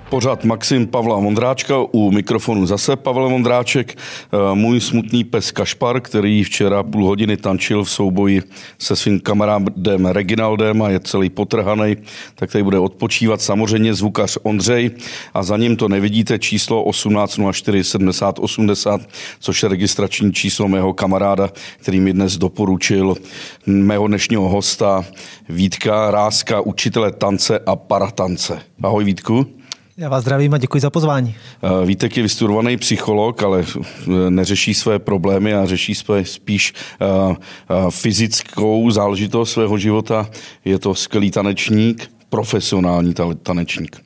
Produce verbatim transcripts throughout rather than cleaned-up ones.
Pořád Maxim Pavla Vondráčka, u mikrofonu zase Pavel Vondráček, můj smutný pes Kašpar, který včera půl hodiny tančil v souboji se svým kamarádem Reginaldem a je celý potrhaný, tak tady bude odpočívat samozřejmě zvukař Ondřej a za ním to nevidíte číslo osmnáct nula čtyři sedmdesát osmdesát, což je registrační číslo mého kamaráda, který mi dnes doporučil mého dnešního hosta Vítka Ráska, učitele tance a paratance. Ahoj Vítku. Já vás zdravím a děkuji za pozvání. Vítek je vystudovaný psycholog, ale neřeší své problémy a řeší své spíš fyzickou záležitost svého života. Je to skvělý tanečník, profesionální tanečník.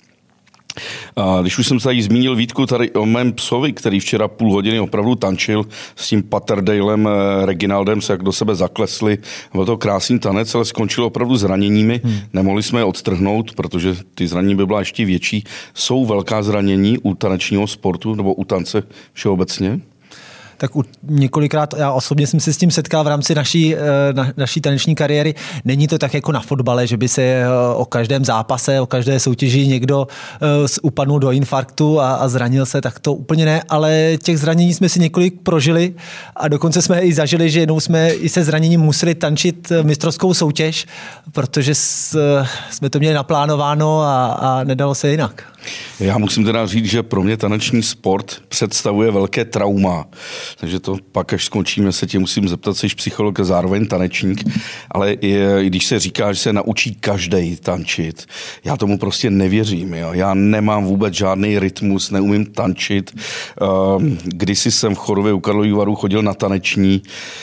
A když už jsem se tady zmínil, Vítku, tady o mém psovi, který včera půl hodiny opravdu tančil s tím Patterdalem, Reginaldem, se jak do sebe zaklesli. Byl to krásný tanec, ale skončilo opravdu zraněními. Hmm. Nemohli jsme je odtrhnout, protože ty zranění by byla ještě větší. Jsou velká zranění u tanečního sportu nebo u tance všeobecně? Tak u, několikrát, já osobně jsem se s tím setkal v rámci naší, na, naší taneční kariéry. Není to tak jako na fotbale, že by se o každém zápase, o každé soutěži někdo uh, upadnul do infarktu a, a zranil se, tak to úplně ne, ale těch zranění jsme si několik prožili a dokonce jsme i zažili, že jednou jsme i se zraněním museli tančit mistrovskou soutěž, protože s, jsme to měli naplánováno a, a nedalo se jinak. Já musím teda říct, že pro mě taneční sport představuje velké trauma. Takže to pak, až skončíme, se tě musím zeptat, jsi psycholog a zároveň tanečník, ale i když se říká, že se naučí každej tančit, já tomu prostě nevěřím. Jo. Já nemám vůbec žádný rytmus, neumím tančit. Kdysi jsem v Chorově u Karlových Varů chodil na taneční.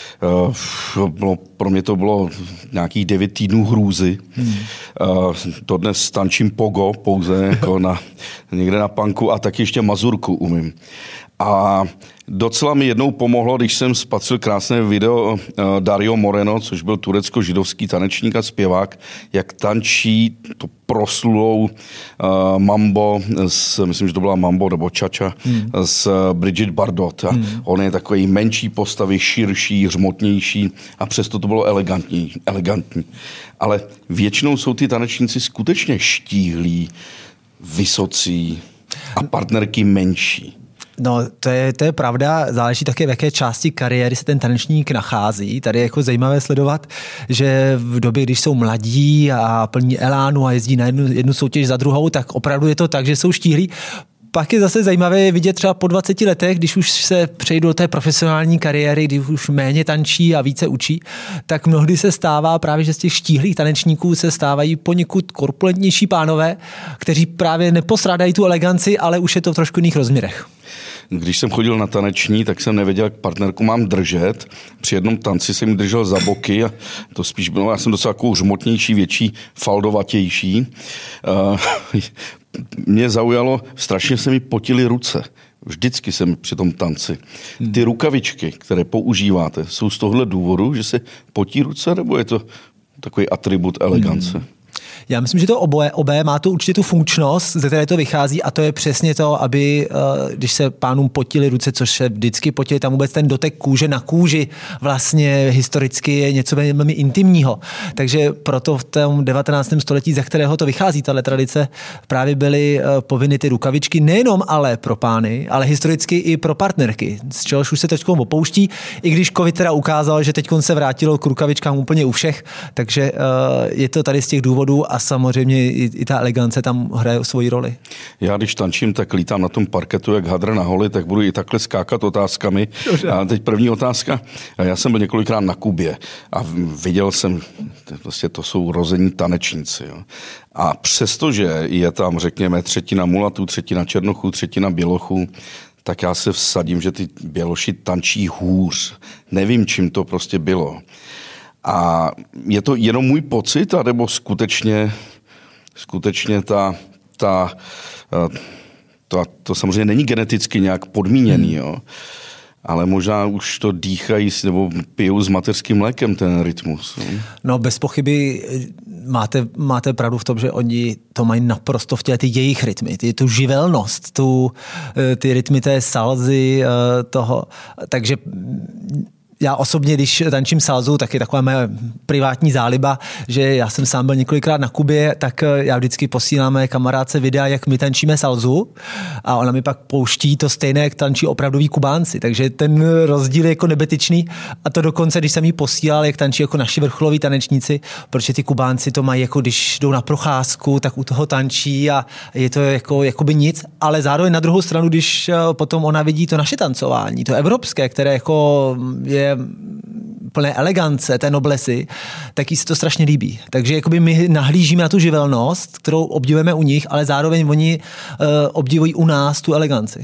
Bylo, pro mě to bylo nějakých devět týdnů hrůzy. Hmm. To dnes tančím pogo pouze jako na, někde na punku a taky ještě mazurku umím. A docela mi jednou pomohlo, když jsem spatřil krásné video Dario Moreno, což byl turecko-židovský tanečník a zpěvák, jak tančí to proslulou uh, mambo, s, myslím, že to byla mambo nebo čača, hmm. s Brigitte Bardot. A hmm. on je takový menší postavy, širší, hřmotnější a přesto to bylo elegantní, elegantní. Ale většinou jsou ty tanečníci skutečně štíhlí, vysocí a partnerky menší. No, to je, to je pravda, záleží také, v jaké části kariéry se ten tanečník nachází. Tady je jako zajímavé sledovat, že v době, když jsou mladí a plní elánu a jezdí na jednu, jednu soutěž za druhou, tak opravdu je to tak, že jsou štíhlí. Pak je zase zajímavé vidět třeba po dvaceti letech, když už se přejdou do té profesionální kariéry, když už méně tančí a více učí, tak mnohdy se stává právě, že z těch štíhlých tanečníků se stávají poněkud korpulentnější pánové, kteří právě nepostrádají tu eleganci, ale už je to v trošku jiných rozměrech. Když jsem chodil na taneční, tak jsem nevěděl, jak partnerku mám držet. Při jednom tanci jsem ji držel za boky a to spíš bylo, já jsem docela takovou hřmotnější, větší, faldovatější. Uh, mě zaujalo, strašně se mi potily ruce. Vždycky jsem při tom tanci. Ty rukavičky, které používáte, jsou z tohohle důvodu, že se potí ruce, nebo je to takový atribut elegance? Hmm. Já myslím, že to oboje, obé má tu určitou funkčnost, ze které to vychází a to je přesně to, aby když se pánům potily ruce, což se vždycky potí, tam vůbec ten dotek kůže na kůži vlastně historicky je něco velmi intimního. Takže proto v tom devatenáctém století, ze kterého to vychází, tahle tradice, právě byly povinny ty rukavičky nejenom ale pro pány, ale historicky i pro partnerky, z čehož už se teď opouští, i když covid teda ukázal, že teď se vrátilo k rukavičkám úplně u všech, takže je to tady z těch důvodů a samozřejmě i, i ta elegance tam hraje svoji roli. Já když tančím, tak lítám na tom parketu jak hadr na holi, tak budu i takhle skákat otázkami. Dobře. A teď první otázka. Já jsem byl několikrát na Kubě a viděl jsem, vlastně to jsou rození tanečníci. Jo. A přestože je tam, řekněme, třetina mulatů, třetina černochů, třetina bělochů, tak já se vsadím, že ty běloši tančí hůř. Nevím, čím to prostě bylo. A je to jenom můj pocit, anebo skutečně, skutečně ta, ta, ta, to samozřejmě není geneticky nějak podmíněný, jo? Ale možná už to dýchají nebo pijou s mateřským mlékem ten rytmus. Jo? No bez pochyby máte, máte pravdu v tom, že oni to mají naprosto v těle ty jejich rytmy, ty, tu živelnost, tu, ty rytmy té salzy toho, takže já osobně, když tančím salzu, tak je taková moje privátní záliba, že já jsem sám byl několikrát na Kubě, tak já vždycky posíláme kamarádce videa, jak my tančíme salzu a ona mi pak pouští to stejné, jak tančí opravdoví Kubánci. Takže ten rozdíl je jako nebetyčný a to dokonce, když jsem jí posílal, jak tančí jako naši vrcholoví tanečníci, protože ty Kubánci to mají jako, když jdou na procházku, tak u toho tančí a je to jako, jakoby nic, ale zároveň na druhou stranu, když potom ona vidí to naše tancování, to evropské, které jako je plné elegance, té noblesy, tak jí se to strašně líbí. Takže jakoby my nahlížíme na tu živelnost, kterou obdivujeme u nich, ale zároveň oni uh, obdivují u nás tu eleganci.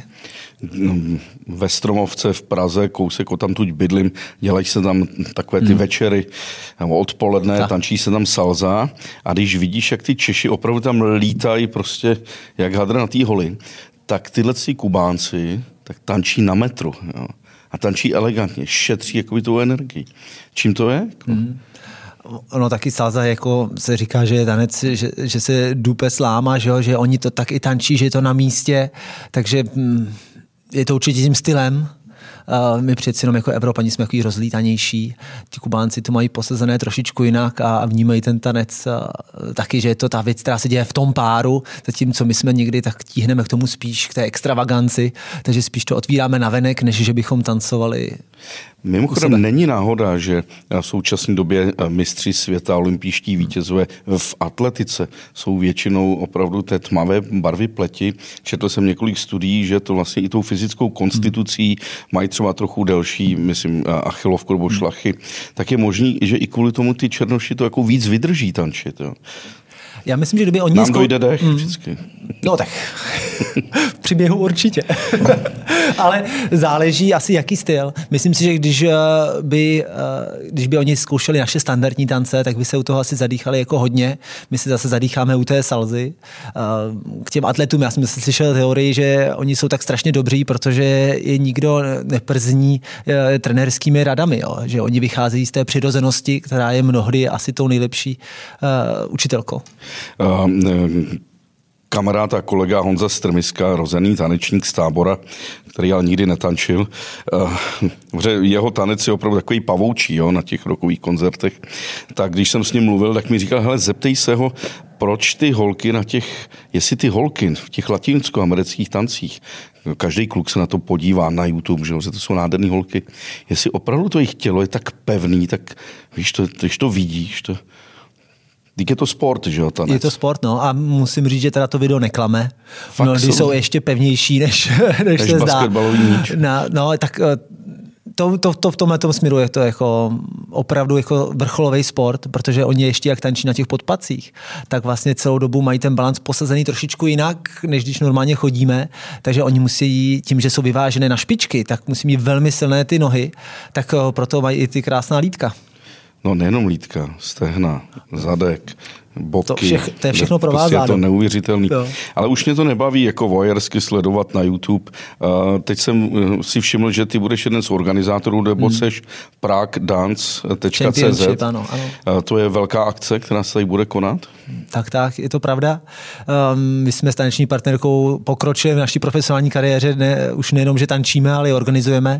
Ve Stromovce v Praze, kousek o tamtuť bydlím, dělají se tam takové ty hmm. večery odpoledne, tak. Tančí se tam salza a když vidíš, jak ty Češi opravdu tam lítají prostě jak hadr na tý holi, tak tyhle ty Kubánci tak tančí na metru. Jo. A tančí elegantně, šetří jakoby tu energii. Čím to je? Hmm. Ono taky salsa, jako se říká, že je tanec, že, že se dupe sláma, že, jo? Že oni to tak i tančí, že je to na místě, takže je to určitě tím stylem. My přeci jenom jako Evropani jsme takový rozlítanější. Ti Kubánci to mají posazené trošičku jinak a vnímají ten tanec taky, že je to ta věc, která se děje v tom páru, zatímco my jsme někdy tak tíhneme k tomu spíš k té extravaganci, takže spíš to otvíráme navenek, než že bychom tancovali. Mimochodem není náhoda, že v současné době mistři světa, olympijští vítězové v atletice jsou většinou opravdu té tmavé barvy pleti. Četl jsem několik studií, že to vlastně i tou fyzickou konstitucí mají třeba trochu delší, myslím, achilovku nebo šlachy. Tak je možný, že i kvůli tomu ty černoši to jako víc vydrží tančit. Jo. Já myslím, že kdyby oni... Nám dojde dech mm. vždycky. No tak, v příběhu určitě. Ale záleží asi jaký styl. Myslím si, že když by, když by oni zkoušeli naše standardní tance, tak by se u toho asi zadýchali jako hodně. My se zase zadýcháme u té salzy. K těm atletům, já jsem slyšel teorii, že oni jsou tak strašně dobří, protože je nikdo neprzní trenérskými radami. Jo? Že oni vycházejí z té přirozenosti, která je mnohdy asi tou nejlepší uh, učitelkou. Uh, kamarád a kolega Honza Strmiska, rozený tanečník z Tábora, který ale nikdy netančil. Jeho tanec je opravdu takový pavoučí, jo, na těch rockových koncertech. Tak když jsem s ním mluvil, tak mi říkal, hele, zeptej se ho, proč ty holky na těch, jestli ty holky v těch latinskoamerických tancích, každý kluk se na to podívá na YouTube, že to jsou nádherný holky, jestli opravdu to jejich tělo je tak pevný, tak víš to, když to vidíš, to... Díky je to sport, že jo? Tanec. Je to sport, no. A musím říct, že teda to video neklame. Fakt no, jsou... jsou ještě pevnější, než, než, než se zdá. Na, no, tak to, to, to v tomhle tom směru je to jako opravdu jako vrcholový sport, protože oni ještě jak tančí na těch podpacích, tak vlastně celou dobu mají ten balans posazený trošičku jinak, než když normálně chodíme. Takže oni musí, tím, že jsou vyvážené na špičky, tak musí mít velmi silné ty nohy, tak proto mají i ty krásná lítka. No nejenom lítka, stehna, zadek, boky. To, všech, to je všechno provázáno. Je to neuvěřitelný. No. Ale už mě to nebaví jako voyersky sledovat na YouTube. Uh, teď jsem si všiml, že ty budeš jeden z organizátorů, nebo hmm. seš prague dance tečka cé zet. Ano, ano. Uh, to je velká akce, která se tady bude konat? Tak, tak, je to pravda. Um, my jsme s taneční partnerkou pokročili v naší profesionální kariéře, ne, už nejenom, že tančíme, ale i organizujeme.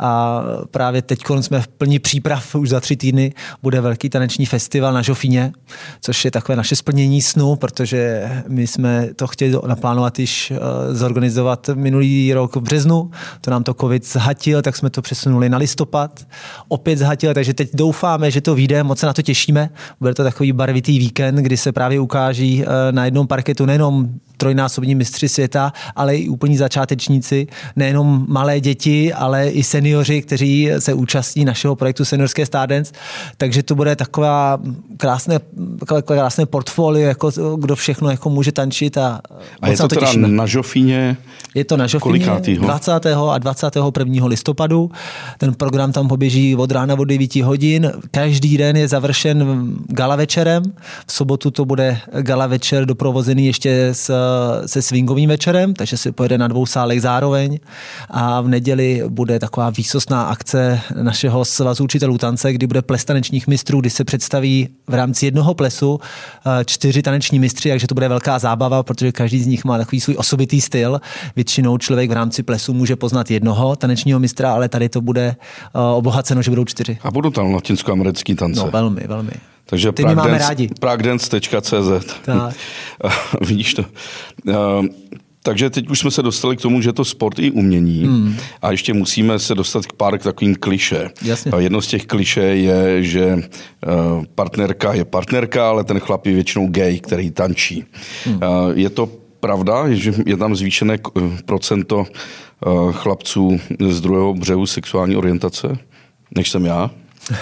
A právě teď jsme v plní příprav, už za tři týdny bude velký taneční festival na Žofíně, což je takové naše splnění snu, protože my jsme to chtěli naplánovat již uh, zorganizovat minulý rok v březnu. To nám to covid zhatil, tak jsme to přesunuli na listopad. Opět zhatil, takže teď doufáme, že to vyjde, moc se na to těšíme. Bude to takový barvitý víkend, kdy se právě ukáží uh, na jednom parketu nejenom trojnásobní mistři světa, ale i úplní začátečníci, nejenom malé děti, ale i seniori, kteří se účastní našeho projektu Seniorské Stardance. Takže to bude taková krásné, takové krásné portfolio, jako kdo všechno jako může tančit. A, a je to, to teda těšíme. Na Žofíně? Je to na Žofíně dvacátého a dvacátého prvního listopadu. Ten program tam poběží od rána od devět hodin. Každý den je završen gala večerem. V sobotu to bude gala večer doprovozený ještě s se swingovým večerem, takže si pojede na dvou sálech zároveň a v neděli bude taková výsostná akce našeho svazu učitelů tance, kdy bude ples tanečních mistrů, kdy se představí v rámci jednoho plesu čtyři taneční mistři, takže to bude velká zábava, protože každý z nich má takový svůj osobitý styl. Většinou člověk v rámci plesu může poznat jednoho tanečního mistra, ale tady to bude obohaceno, že budou čtyři. A budou tam latinskoamerický tance. No, velmi, velmi. Takže Ty máme rádi. pragdance tečka cé zet. Tak. Vidíš to. Uh, takže teď už jsme se dostali k tomu, že to sport i umění hmm. a ještě musíme se dostat k pár k takovým klišé. Jasně. Jedno z těch klišé je, že uh, partnerka je partnerka, ale ten chlap je většinou gay, který tančí. Hmm. Uh, je to pravda, že je tam zvýšené procento uh, chlapců z druhého břehu sexuální orientace, než jsem já?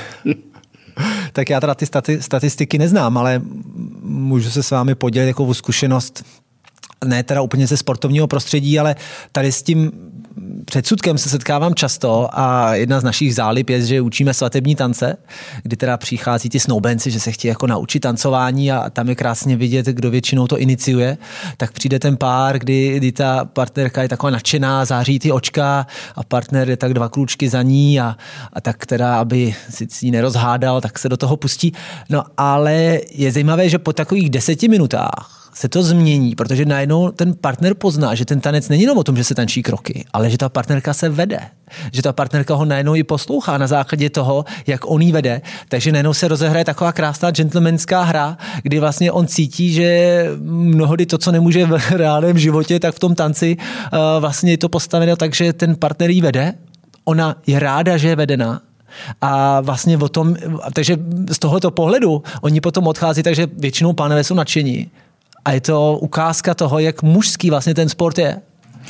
Tak já teda ty stati- statistiky neznám, ale můžu se s vámi podělit jako o zkušenost, ne teda úplně ze sportovního prostředí, ale tady s tím předsudkem se setkávám často a jedna z našich zálib je, že učíme svatební tance, kdy teda přichází ty snoubenci, že se chtějí jako naučit tancování a tam je krásně vidět, kdo většinou to iniciuje. Tak přijde ten pár, kdy, kdy ta partnerka je taková nadšená, září ty očka a partner je tak dva krůčky za ní a, a tak teda, aby si ji nerozhádal, tak se do toho pustí. No ale je zajímavé, že po takových deseti minutách se to změní, protože najednou ten partner pozná, že ten tanec není jenom o tom, že se tančí kroky, ale že ta partnerka se vede. Že ta partnerka ho najednou i poslouchá na základě toho, jak on jí vede. Takže najednou se rozehraje taková krásná gentlemanská hra, kdy vlastně on cítí, že mnohdy to, co nemůže v reálném životě, tak v tom tanci vlastně je to postaveno tak, že ten partner jí vede. Ona je ráda, že je vedena. A vlastně o tom, takže z tohoto pohledu oni potom odchází, takže většinou pánové jsou nadšení. A je to ukázka toho, jak mužský vlastně ten sport je.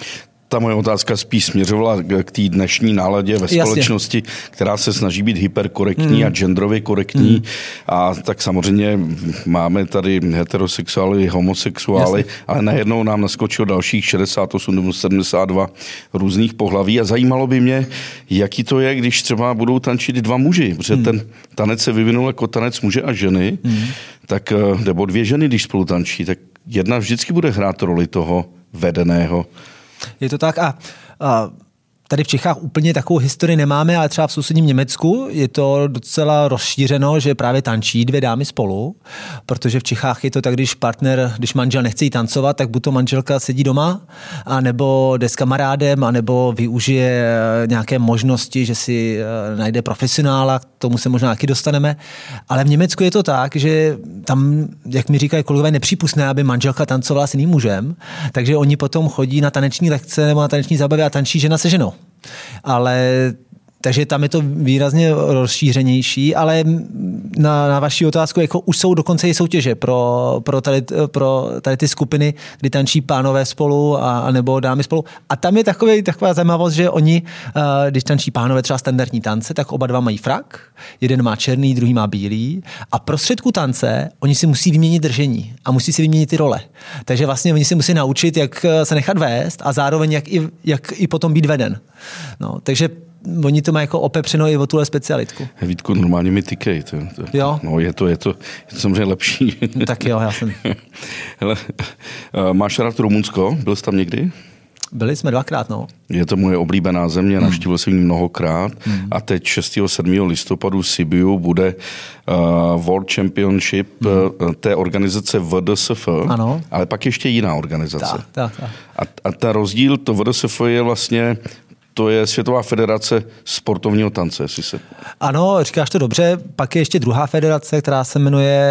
Ta moje otázka spíš směřovala k té dnešní náladě ve společnosti, Jasně. která se snaží být hyperkorektní mm. a genderově korektní. Mm. A tak samozřejmě máme tady heterosexuály, homosexuály, Jasně. ale najednou nám naskočilo dalších šedesát osm nebo sedmdesát dva různých pohlaví. A zajímalo by mě, jaký to je, když třeba budou tančit dva muži. Protože mm. ten tanec se vyvinul jako tanec muže a ženy, mm. tak, nebo dvě ženy, když spolu tančí, tak jedna vždycky bude hrát roli toho vedeného. Je to tak a, a tady v Čechách úplně takovou historii nemáme, ale třeba v sousedním Německu je to docela rozšířeno, že právě tančí dvě dámy spolu, protože v Čechách je to tak, když partner, když manžel nechce jít tancovat, tak buď to manželka sedí doma, anebo jde s kamarádem, anebo využije nějaké možnosti, že si najde profesionála, k tomu se možná taky dostaneme. Ale v Německu je to tak, že tam, jak mi říkají kolegové, nepřípustné, aby manželka tancovala s jiným mužem, takže oni potom chodí na taneční lekce nebo na taneční zábavy a tančí žena se ženou. Ale takže tam je to výrazně rozšířenější, ale na, na vaši otázku, jako už jsou dokonce i soutěže pro, pro, tady, pro tady ty skupiny, kdy tančí pánové spolu a, a nebo dámy spolu. A tam je takový, taková zajímavost, že oni, když tančí pánové třeba standardní tance, tak oba dva mají frak, jeden má černý, druhý má bílý a prostředku tance oni si musí vyměnit držení a musí si vyměnit ty role. Takže vlastně oni si musí naučit, jak se nechat vést a zároveň jak i, jak i potom být veden. No, takže oni to mají jako opepřeno i o tuhle specialitku. Vítku, normálně mi tykej. To, to, jo? No, je to, je to, je to samozřejmě lepší. Tak jo, já jsem. Hele, máš rád Rumunsko? Byl jsi tam někdy? Byli jsme dvakrát, no. Je to moje oblíbená země, hmm. navštívil jsem ji mnohokrát hmm. a teď šestého sedmého listopadu v Sibiu bude uh, World Championship hmm. uh, té organizace V D S F, ano. ale pak ještě jiná organizace. Tak, tak, tak. A, a ten rozdíl, to V D S F je vlastně to je Světová federace sportovního tance. Jestli se... Ano, říkáš to dobře. Pak je ještě druhá federace, která se jmenuje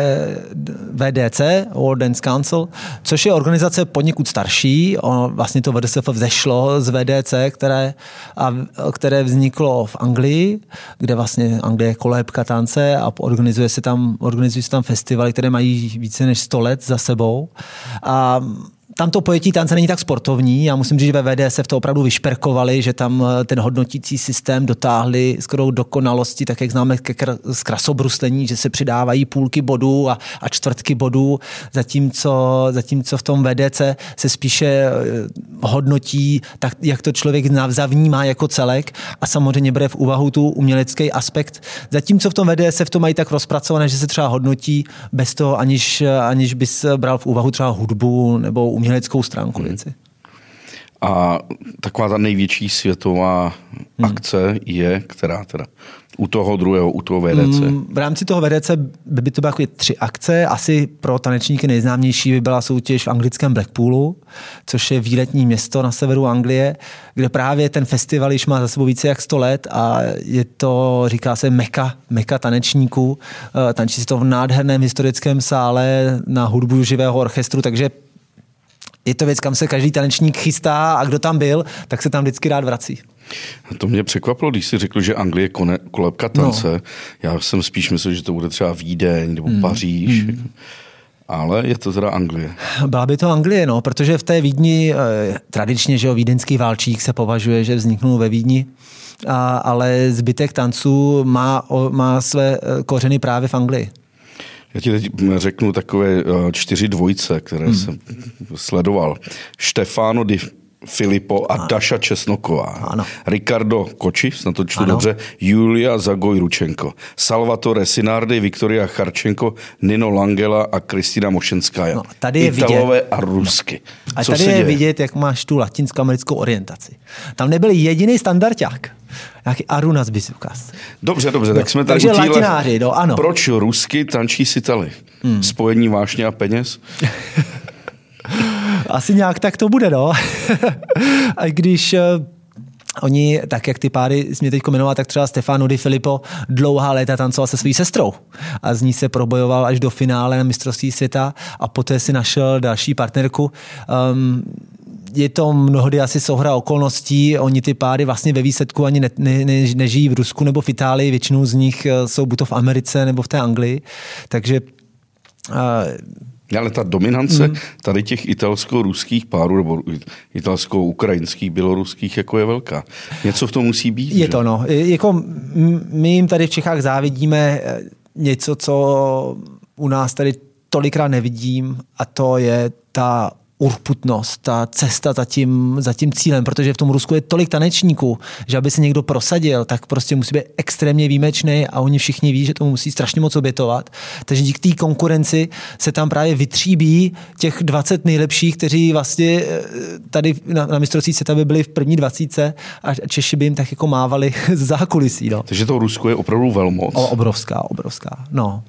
V D C, World Dance Council, což je organizace poněkud starší. Ono, vlastně to V D S F vzešlo z V D C, které, a, které vzniklo v Anglii, kde vlastně Anglie je kolébka tance a organizuje se tam, organizují se tam festivaly, které mají více než sto let za sebou. A tam to pojetí tance není tak sportovní. Já musím říct, že ve V D S F to opravdu vyšperkovali, že tam ten hodnotící systém dotáhli skoro dokonalosti, tak jak známe z krasobruslení, že se přidávají půlky bodů a, a čtvrtky bodů, zatímco, zatímco v tom V D C se spíše hodnotí, tak jak to člověk zavnímá jako celek a samozřejmě bere v úvahu tu umělecký aspekt. Zatímco v tom V D S F to mají tak rozpracované, že se třeba hodnotí bez toho, aniž, aniž bys bral v úvahu třeba hudbu nebo umělecký uměleckou stránku hmm. věci. A taková ta největší světová hmm. akce je, která teda? U toho druhého, u toho V D C? Mm, v rámci toho V D C by, by to byly jako tři akce. Asi pro tanečníky nejznámější by byla soutěž v anglickém Blackpoolu, což je výletní město na severu Anglie, kde právě ten festival již má za sebou více jak sto let a je to, říká se, meka, meka tanečníků. Tančí se to v nádherném historickém sále na hudbu živého orchestru, takže je to věc, kam se každý tanečník chystá a kdo tam byl, tak se tam vždycky rád vrací. To mě překvapilo, když jsi řekl, že Anglie je kone, kolébka tance. No. Já jsem spíš myslel, že to bude třeba Vídeň nebo mm. Paříž. Mm. Ale je to teda Anglie. Byla by to Anglie, no, protože v té Vídni eh, tradičně, že jo, vídeňský válčík se považuje, že vzniknul ve Vídni, a, ale zbytek tanců má, o, má své kořeny právě v Anglii. Já ti teď řeknu takové čtyři dvojce, které hmm. jsem sledoval. Stefano Di Filippo a ano. Daša Česnoková. Ano. Ricardo Koči, snad to čtu ano. dobře, Julia Zagoj-Ručenko. Salvatore Sinardi, Viktoria Charčenko, Nino Langela a Kristina Mošenská. No, tady je Italové vidět. A Rusky. A Co tady je děje? vidět, jak máš tu latinskoamerickou orientaci. Tam nebyl jediný standardťák. Nějaký Arunas by si ukázal. Dobře, dobře, tak jsme tady Takže utíle... latináři, no, ano. Proč Rusky tančí s Italy? Hmm. Spojení vášně a peněz? Asi nějak tak to bude, no. A když uh, oni, tak jak ty páry jsi mě teď jmenoval, tak třeba Stefano Di Filippo dlouhá léta tancoval se svou sestrou a z ní se probojoval až do finále na mistrovství světa a poté si našel další partnerku. Um, je to mnohdy asi souhra okolností, oni ty páry vlastně ve výsledku ani ne, ne, ne, nežijí v Rusku nebo v Itálii, většinou z nich jsou buď to v Americe nebo v té Anglii, takže uh, ale ta dominance mm. tady těch italsko-ruských párů, nebo italsko-ukrajinských, běloruských, jako je velká. Něco v tom musí být. Je že? to, no. Jako my jim tady v Čechách závidíme něco, co u nás tady tolikrát nevidím, a to je ta urputnost, ta cesta za tím, za tím cílem, protože v tom Rusku je tolik tanečníků, že aby se někdo prosadil, tak prostě musí být extrémně výjimečný a oni všichni ví, že to musí strašně moc obětovat. Takže díky té konkurenci se tam právě vytříbí těch dvacet nejlepších, kteří vlastně tady na, na mistrovství světa by byli v první dvacítce a Češi by jim tak jako mávali z zákulisí. No. Takže to Rusko je opravdu velmoc. O, obrovská, obrovská. No.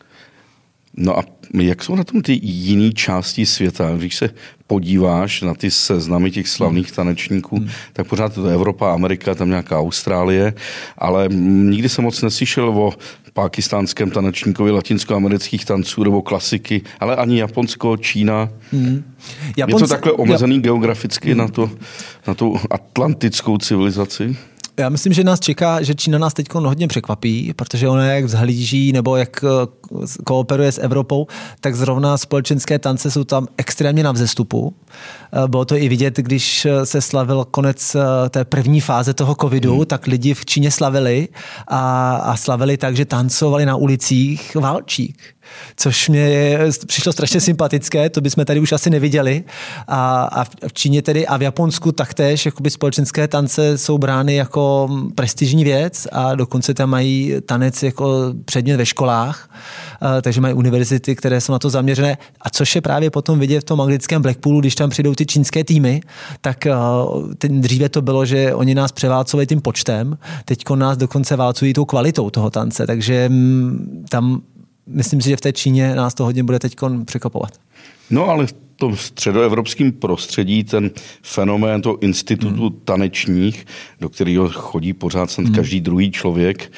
No a jak jsou na tom ty jiné části světa? Když se podíváš na ty seznamy těch slavných tanečníků, hmm. tak pořád to je Evropa, Amerika, tam nějaká Austrálie, ale nikdy jsem moc neslyšel o pákistánském tanečníkovi latinskoamerických tanců nebo klasiky, ale ani Japonsko, Čína. Hmm. Japonce, je to takhle omezený ja... geograficky hmm. na, to, na tu atlantickou civilizaci? Já myslím, že nás čeká, že Čína nás teď hodně překvapí, protože ona jak vzhlíží nebo jak kooperuje s Evropou, tak zrovna společenské tance jsou tam extrémně na vzestupu. Bylo to i vidět, když se slavil konec té první fáze toho covidu, hmm. tak lidi v Číně slavili a, a slavili tak, že tancovali na ulicích válčík. Což mě přišlo strašně sympatické, to bychom tady už asi neviděli. A, a v Číně tedy a v Japonsku taktéž jakoby společenské tance jsou brány jako prestižní věc a dokonce tam mají tanec jako předmět ve školách, a, takže mají univerzity, které jsou na to zaměřené. A což je právě potom vidět v tom anglickém Blackpoolu, když tam přijdou ty čínské týmy, tak ten, dříve to bylo, že oni nás převálcovali tím počtem, teďko nás dokonce válcují tou kvalitou toho tance, takže m, tam myslím si, že v té Číně nás to hodně bude teď překvapovat. No ale v tom středoevropském prostředí ten fenomén toho institutu hmm. tanečních, do kterého chodí pořád snad hmm. každý druhý člověk,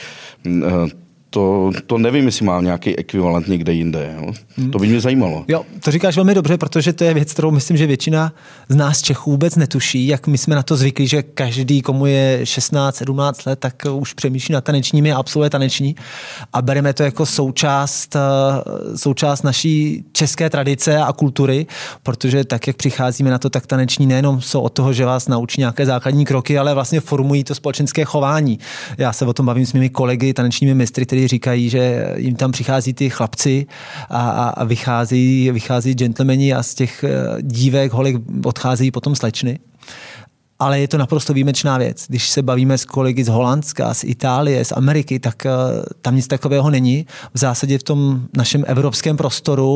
To, to nevím, jestli má nějaký ekvivalent někde jinde. Jo? Hmm. To by mě zajímalo. Jo, to říkáš velmi dobře, protože to je věc, kterou myslím, že většina z nás Čechů vůbec netuší, jak my jsme na to zvyklí, že každý, komu je šestnáct sedmnáct let, tak už přemýšlí nad tanečními a absolvuje taneční a bereme to jako součást, součást naší české tradice a kultury, protože tak, jak přicházíme na to, tak taneční nejenom jsou od toho, že vás naučí nějaké základní kroky, ale vlastně formují to společenské chování. Já se o tom bavím s mými kolegy, tanečními mistry, kteří říkají, že jim tam přichází ty chlapci a, a, a vychází, vychází gentlemani a z těch dívek, holek odcházejí potom slečny. Ale je to naprosto výjimečná věc. Když se bavíme s kolegy z Holandska, z Itálie, z Ameriky, tak tam nic takového není. V zásadě v tom našem evropském prostoru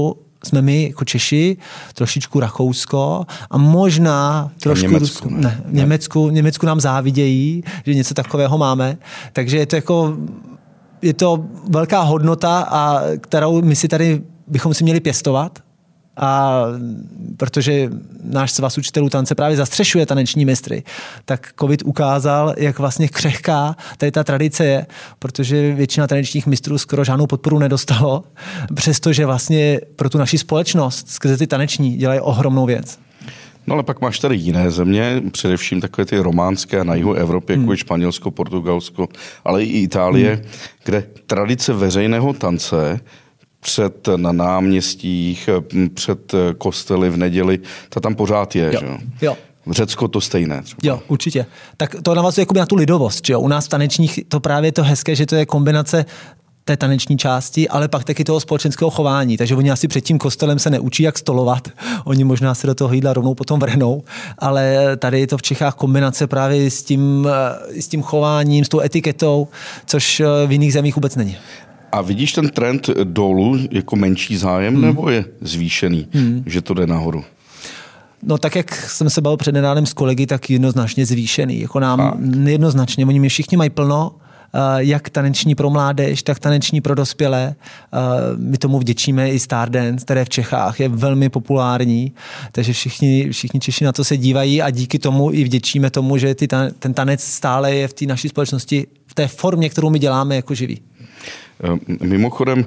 jsme my jako Češi, trošičku Rakousko a možná trošku Německu, Rusko. ne? Ne, v Německu, Německu nám závidějí, že něco takového máme. Takže je to jako je to velká hodnota, a kterou my si tady bychom si měli pěstovat. A protože náš svaz učitelů tance právě zastřešuje taneční mistry, tak covid ukázal, jak vlastně křehká tady ta tradice je, protože většina tanečních mistrů skoro žádnou podporu nedostalo, přestože vlastně pro tu naši společnost skrze ty taneční dělají ohromnou věc. No ale pak máš tady jiné země, především takové ty románské na jihu Evropy, jako hmm. je Španělsko, Portugalsko, ale i Itálie, hmm. kde tradice veřejného tance před na náměstích, před kostely v neděli, ta tam pořád je. Jo. Že? Jo. V Řecko to stejné. Třeba. Jo, určitě. Tak to navazuje jakoby na tu lidovost. Že jo? U nás v tanečních to právě je to hezké, že to je kombinace té taneční části, ale pak taky toho společenského chování. Takže oni asi před tím kostelem se neučí, jak stolovat. Oni možná se do toho jídla rovnou potom vrhnou, ale tady je to v Čechách kombinace právě s tím, s tím chováním, s tou etiketou, což v jiných zemích vůbec není. A vidíš ten trend dolů jako menší zájem, hmm. nebo je zvýšený, hmm. že to jde nahoru? No tak, jak jsem se bavil před nedávnem s kolegy, tak jednoznačně zvýšený. Jako nám jednoznačně, oni mě všichni mají plno, jak taneční pro mládež, tak taneční pro dospělé. My tomu vděčíme i Stardance, které v Čechách je velmi populární, takže všichni, všichni Češi na to se dívají a díky tomu i vděčíme tomu, že ty, ten tanec stále je v té naší společnosti v té formě, kterou my děláme, jako živý. Mimochodem,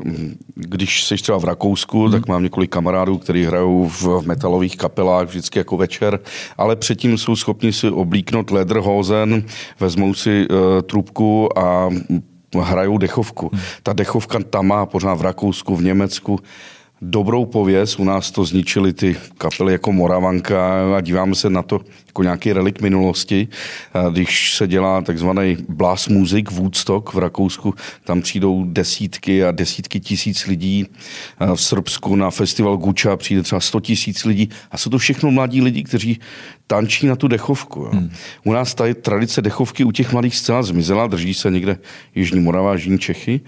když jsi třeba v Rakousku, hmm. tak mám několik kamarádů, kteří hrajou v metalových kapelách vždycky jako večer, ale předtím jsou schopni si oblíknout lederhosen, vezmou si uh, trubku a hrajou dechovku. Hmm. Ta dechovka tam má pořád v Rakousku, v Německu dobrou pověst. U nás to zničily ty kapely jako Moravanka a díváme se na to jako nějaký relik minulosti. Když se dělá takzvaný blast music Woodstock v Rakousku, tam přijdou desítky a desítky tisíc lidí. V Srbsku na festival Guča přijde třeba sto tisíc lidí a jsou to všechno mladí lidi, kteří tančí na tu dechovku. Hmm. U nás tady tradice dechovky u těch mladých zcela zmizela, drží se někde Jižní Morava, Jižní Čechy,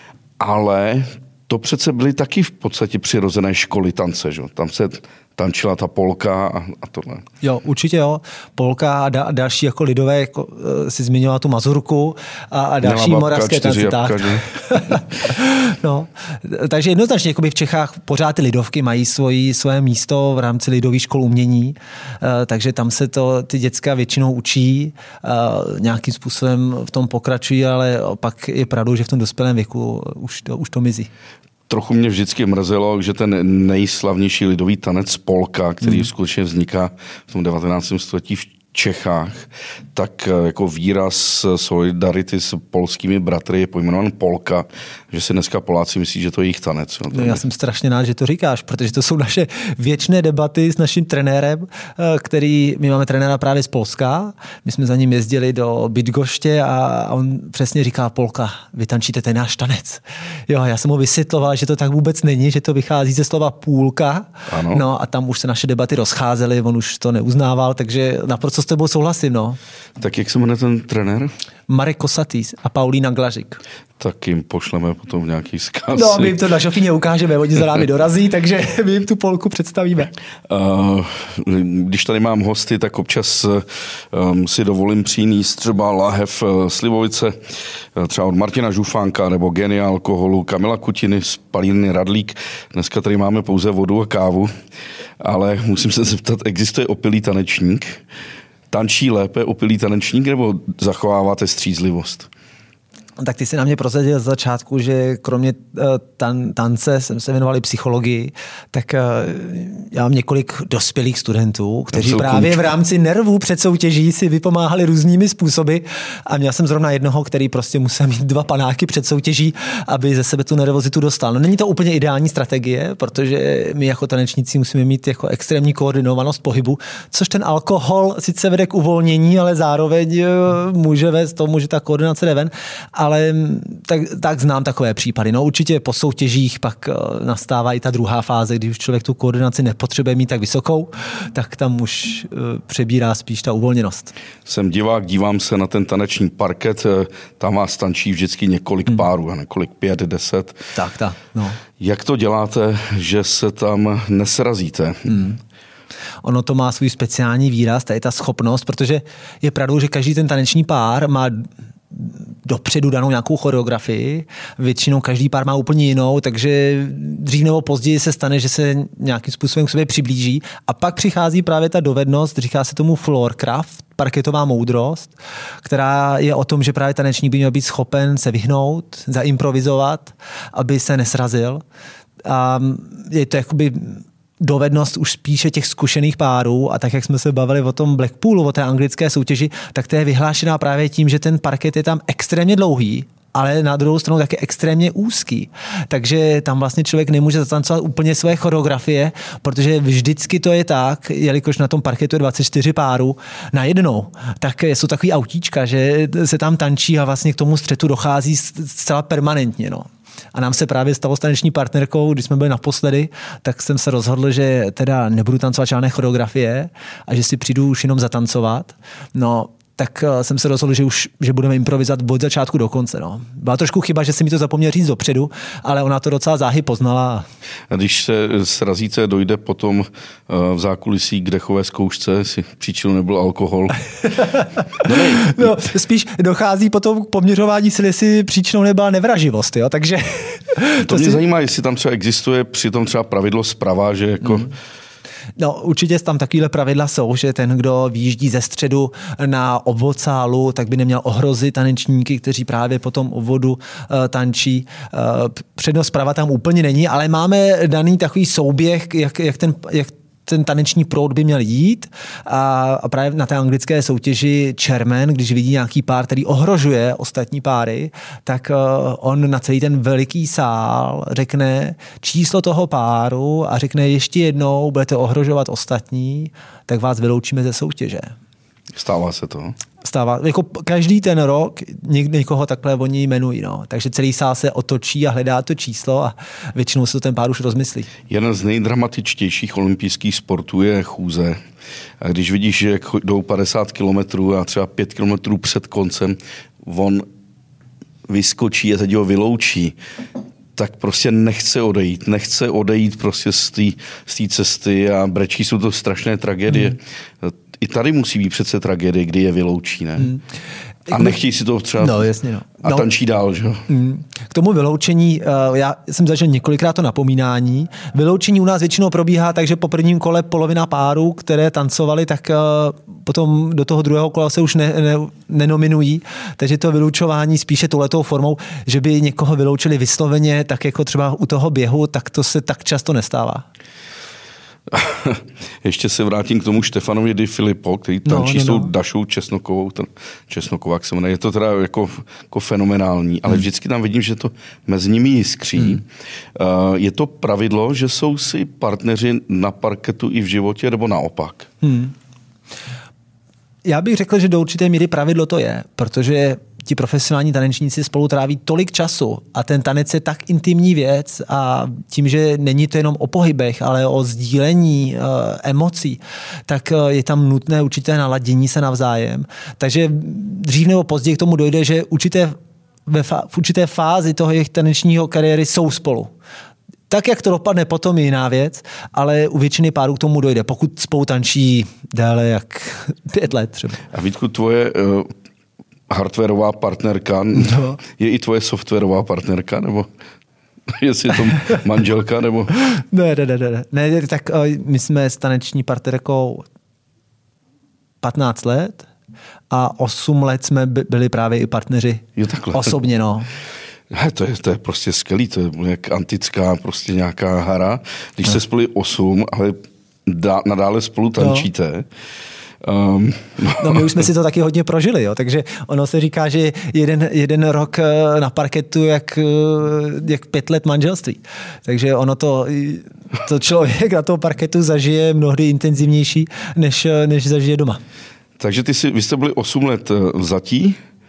ale to přece byly taky v podstatě přirozené školy tance, že? Tam se tančila ta polka a, a tohle. Jo, určitě jo. Polka a, da, a další jako lidové, jako, si zmiňovala tu mazurku a, a další moravské tance. No, takže jednoznačně jakoby v Čechách pořád ty lidovky mají svoji, svoje místo v rámci lidových škol umění, takže tam se to ty děcka většinou učí, nějakým způsobem v tom pokračují, ale pak je pravdou, že v tom dospělém věku už to, už to mizí. Trochu mě vždycky mrzelo, že ten nejslavnější lidový tanec polka, který hmm. skutečně vzniká v tom devatenáctém století v Čechách, tak jako výraz solidarity s polskými bratry je pojmenován polka, že si dneska Poláci myslí, že to je jejich tanec. No, já jsem strašně rád, že to říkáš, protože to jsou naše věčné debaty s naším trenérem, který, my máme trenéra právě z Polska, my jsme za ním jezdili do Bydgoště a on přesně říká polka, vy tančíte ten náš tanec. Jo, já jsem mu vysvětloval, že to tak vůbec není, že to vychází ze slova půlka, ano. No a tam už se naše debaty rozcházely, on už to neuznával, takže naprosto s tebou souhlasím, no. Tak jak se jmenuje ten trenér? Marek Kosatý a Paulína Glažik. Tak jim pošleme potom nějaký vzkaz. No, my jim to na šofíně ukážeme, oni za námi dorazí, takže my jim tu polku představíme. Uh, když tady mám hosty, tak občas um, si dovolím přinést třeba lahev uh, slivovice, uh, třeba od Martina Žufánka nebo Genia alkoholu, Kamila Kutiny z Palírny Radlík. Dneska tady máme pouze vodu a kávu, ale musím se zeptat, existuje opilý tanečník? Tančí lépe opilý tanečník nebo zachováváte střízlivost? Tak ty jsi na mě prozradil z začátku, že kromě tan- tance jsem se věnoval i psychologii, tak já mám několik dospělých studentů, kteří právě v rámci nervů před soutěží si vypomáhali různými způsoby a měl jsem zrovna jednoho, který prostě musel mít dva panáky před soutěží, aby ze sebe tu nervozitu dostal. No, není to úplně ideální strategie, protože my jako tanečníci musíme mít jako extrémní koordinovanost pohybu, což ten alkohol sice vede k uvolnění, ale zároveň může vést tomu, že ta koordinace jde ven. Ale ale tak, tak znám takové případy. No určitě po soutěžích pak nastává i ta druhá fáze, když už člověk tu koordinaci nepotřebuje mít tak vysokou, tak tam už přebírá spíš ta uvolněnost. Jsem divák, dívám se na ten taneční parket, tam vás tančí vždycky několik hmm. párů, a několik pět, deset. Tak, tak. No. Jak to děláte, že se tam nesrazíte? Hmm. Ono to má svůj speciální výraz, tady ta schopnost, protože je pravdou, že každý ten taneční pár má dopředu danou nějakou choreografii, většinou každý pár má úplně jinou, takže dřív nebo později se stane, že se nějakým způsobem k sobě přiblíží a pak přichází právě ta dovednost, říká se tomu floorcraft, parketová moudrost, která je o tom, že právě tanečník by měl být schopen se vyhnout, zaimprovizovat, aby se nesrazil. A je to jakoby dovednost už spíše těch zkušených párů a tak, jak jsme se bavili o tom Blackpoolu, o té anglické soutěži, tak to je vyhlášená právě tím, že ten parket je tam extrémně dlouhý, ale na druhou stranu taky extrémně úzký. Takže tam vlastně člověk nemůže zatancovat úplně své choreografie, protože vždycky to je tak, jelikož na tom parketu je dvacet čtyři párů najednou, tak jsou takový autíčka, že se tam tančí a vlastně k tomu střetu dochází zcela permanentně. No. A nám se právě stalo s taneční partnerkou, když jsme byli naposledy, tak jsem se rozhodl, že teda nebudu tancovat žádné choreografie a že si přijdu už jenom zatancovat. No, tak jsem se rozhodl, že už že budeme improvizovat od začátku do konce. No. Byla trošku chyba, že si mi to zapomněl říct dopředu, ale ona to docela záhy poznala. A když se srazíte, dojde potom v zákulisí k dechové zkoušce, jestli příčinou nebyl alkohol. no, no, spíš dochází potom k poměřování sil, jestli příčinou nebyla nevraživost. Jo? Takže to, to mě si... zajímá, jestli tam třeba existuje přitom třeba pravidlo zprava, že jako... Mm. No, určitě tam takovéhle pravidla jsou, že ten, kdo výjíždí ze středu na obvod sálu, tak by neměl ohrozit tanečníky, kteří právě po tom obvodu uh, tančí. Uh, přednost zprava tam úplně není, ale máme daný takový souběh, jak, jak ten... Jak ten taneční proud by měl jít a, a právě na té anglické soutěži chairman, když vidí nějaký pár, který ohrožuje ostatní páry, tak uh, on na celý ten veliký sál řekne číslo toho páru a řekne ještě jednou, budete ohrožovat ostatní, tak vás vyloučíme ze soutěže. Stává se to? Stává. Jako každý ten rok něk, někoho takhle oni jmenují. No. Takže celý sál se otočí a hledá to číslo a většinou se to ten pár už rozmyslí. Jeden z nejdramatičtějších olympijských sportů je chůze. A když vidíš, že jdou padesát kilometrů a třeba pět kilometrů před koncem, on vyskočí a teď ho vyloučí, tak prostě nechce odejít. Nechce odejít prostě z té z té cesty a brečí, jsou to strašné tragédie. Hmm. I tady musí být přece tragédie, kdy je vyloučí, ne? Hmm. A nechtějí si to třeba... No, jasně, no. A no. tančí dál, že jo? Hmm. K tomu vyloučení, já jsem zažil několikrát to napomínání. Vyloučení u nás většinou probíhá tak, že po prvním kole polovina párů, které tancovali, tak potom do toho druhého kola se už ne, ne, nenominují. Takže to vyloučování spíše touhletou formou, že by někoho vyloučili vysloveně, tak jako třeba u toho běhu, tak to se tak často nestává. Ještě se vrátím k tomu Štefanovi Di Filippo, který tančí no, no, no. s tou Dašou Česnokovou, ten Česnoková, jak se jmenuje. Je to teda jako, jako fenomenální, ale hmm. vždycky tam vidím, že to mezi nimi jiskří. Hmm. Uh, je to pravidlo, že jsou si partneři na parketu i v životě, nebo naopak? Hmm. Já bych řekl, že do určité míry pravidlo to je, protože ti profesionální tanečníci spolu tráví tolik času a ten tanec je tak intimní věc a tím, že není to jenom o pohybech, ale o sdílení uh, emocí, tak uh, je tam nutné určité naladění se navzájem. Takže dřív nebo později k tomu dojde, že určité, ve fa- v určité fázi toho jejich tanečního kariéry jsou spolu. Tak, jak to dopadne, potom je jiná věc, ale u většiny párů k tomu dojde, pokud spolu tančí déle jak pět let třeba. A Vítku, tvoje uh... hardwareová partnerka, no. je i tvoje softwarová partnerka, nebo jestli je to manželka, nebo... Ne, ne, ne, ne. ne tak my jsme s taneční partnerkou patnáct let a osm let jsme byli právě i partneři jo, osobně, no. He, to, je, to je prostě skvělý, to je jak antická prostě nějaká hra. Když no. se spolu osm, ale dá, nadále spolu tančíte, no. Um, no. no my už jsme si to taky hodně prožili, jo, takže ono se říká, že jeden, jeden rok na parketu jak, jak pět let manželství. Takže ono to, to člověk na tom parketu zažije mnohdy intenzivnější, než, než zažije doma. Takže ty jsi, vy jste byli osm let vzatí,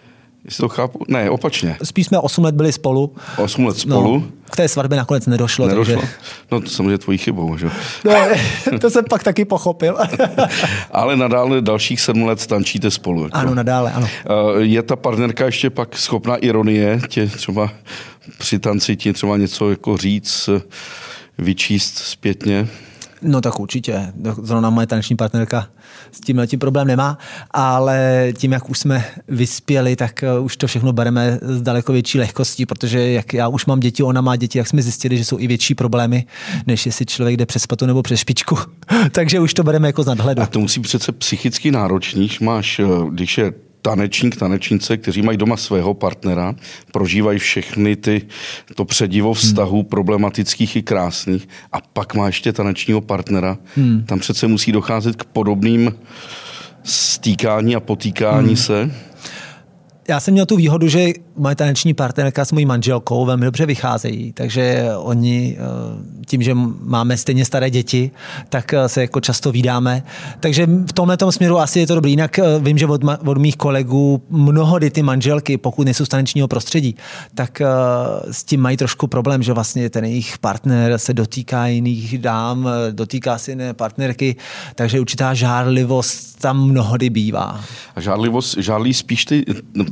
Jestli to chápu? Ne, opačně. Spíš jsme osm let byli spolu. Osm let spolu? No, k té svatbě nakonec nedošlo. Nedošlo? Takže... No to samozřejmě tvojí chybou, že? No, to jsem pak taky pochopil. Ale nadále dalších sedm let tančíte spolu. Jako. Ano, nadále, ano. Je ta partnerka ještě pak schopná ironie tě třeba při tanci ti třeba něco jako říct, vyčíst zpětně? No tak určitě. Zrovna moje taneční partnerka s tímhle tím problém nemá, ale tím, jak už jsme vyspěli, tak už to všechno bereme s daleko větší lehkostí, protože jak já už mám děti, ona má děti, tak jsme zjistili, že jsou i větší problémy, než jestli člověk jde přes patu nebo přes špičku. Takže už to bereme jako z nadhledu. A to musí přece psychicky náročný, máš, když je tanečník, tanečnice, kteří mají doma svého partnera, prožívají všechny ty, to předivo vztahů hmm. problematických i krásných a pak má ještě tanečního partnera. Hmm. Tam přece musí docházet k podobným stýkání a potýkání hmm. se. Já jsem měl tu výhodu, že moje taneční partnerka s mojí manželkou velmi dobře vycházejí, takže oni tím, že máme stejně staré děti, tak se jako často vídáme. Takže v tomhletom směru asi je to dobrý. Jinak vím, že od, od mých kolegů mnohdy ty manželky, pokud nejsou z tanečního prostředí, tak s tím mají trošku problém, že vlastně ten jejich partner se dotýká jiných dám, dotýká si jiné partnerky, takže určitá žárlivost tam mnohdy bývá. A žárlivost, žárlí spíš ty,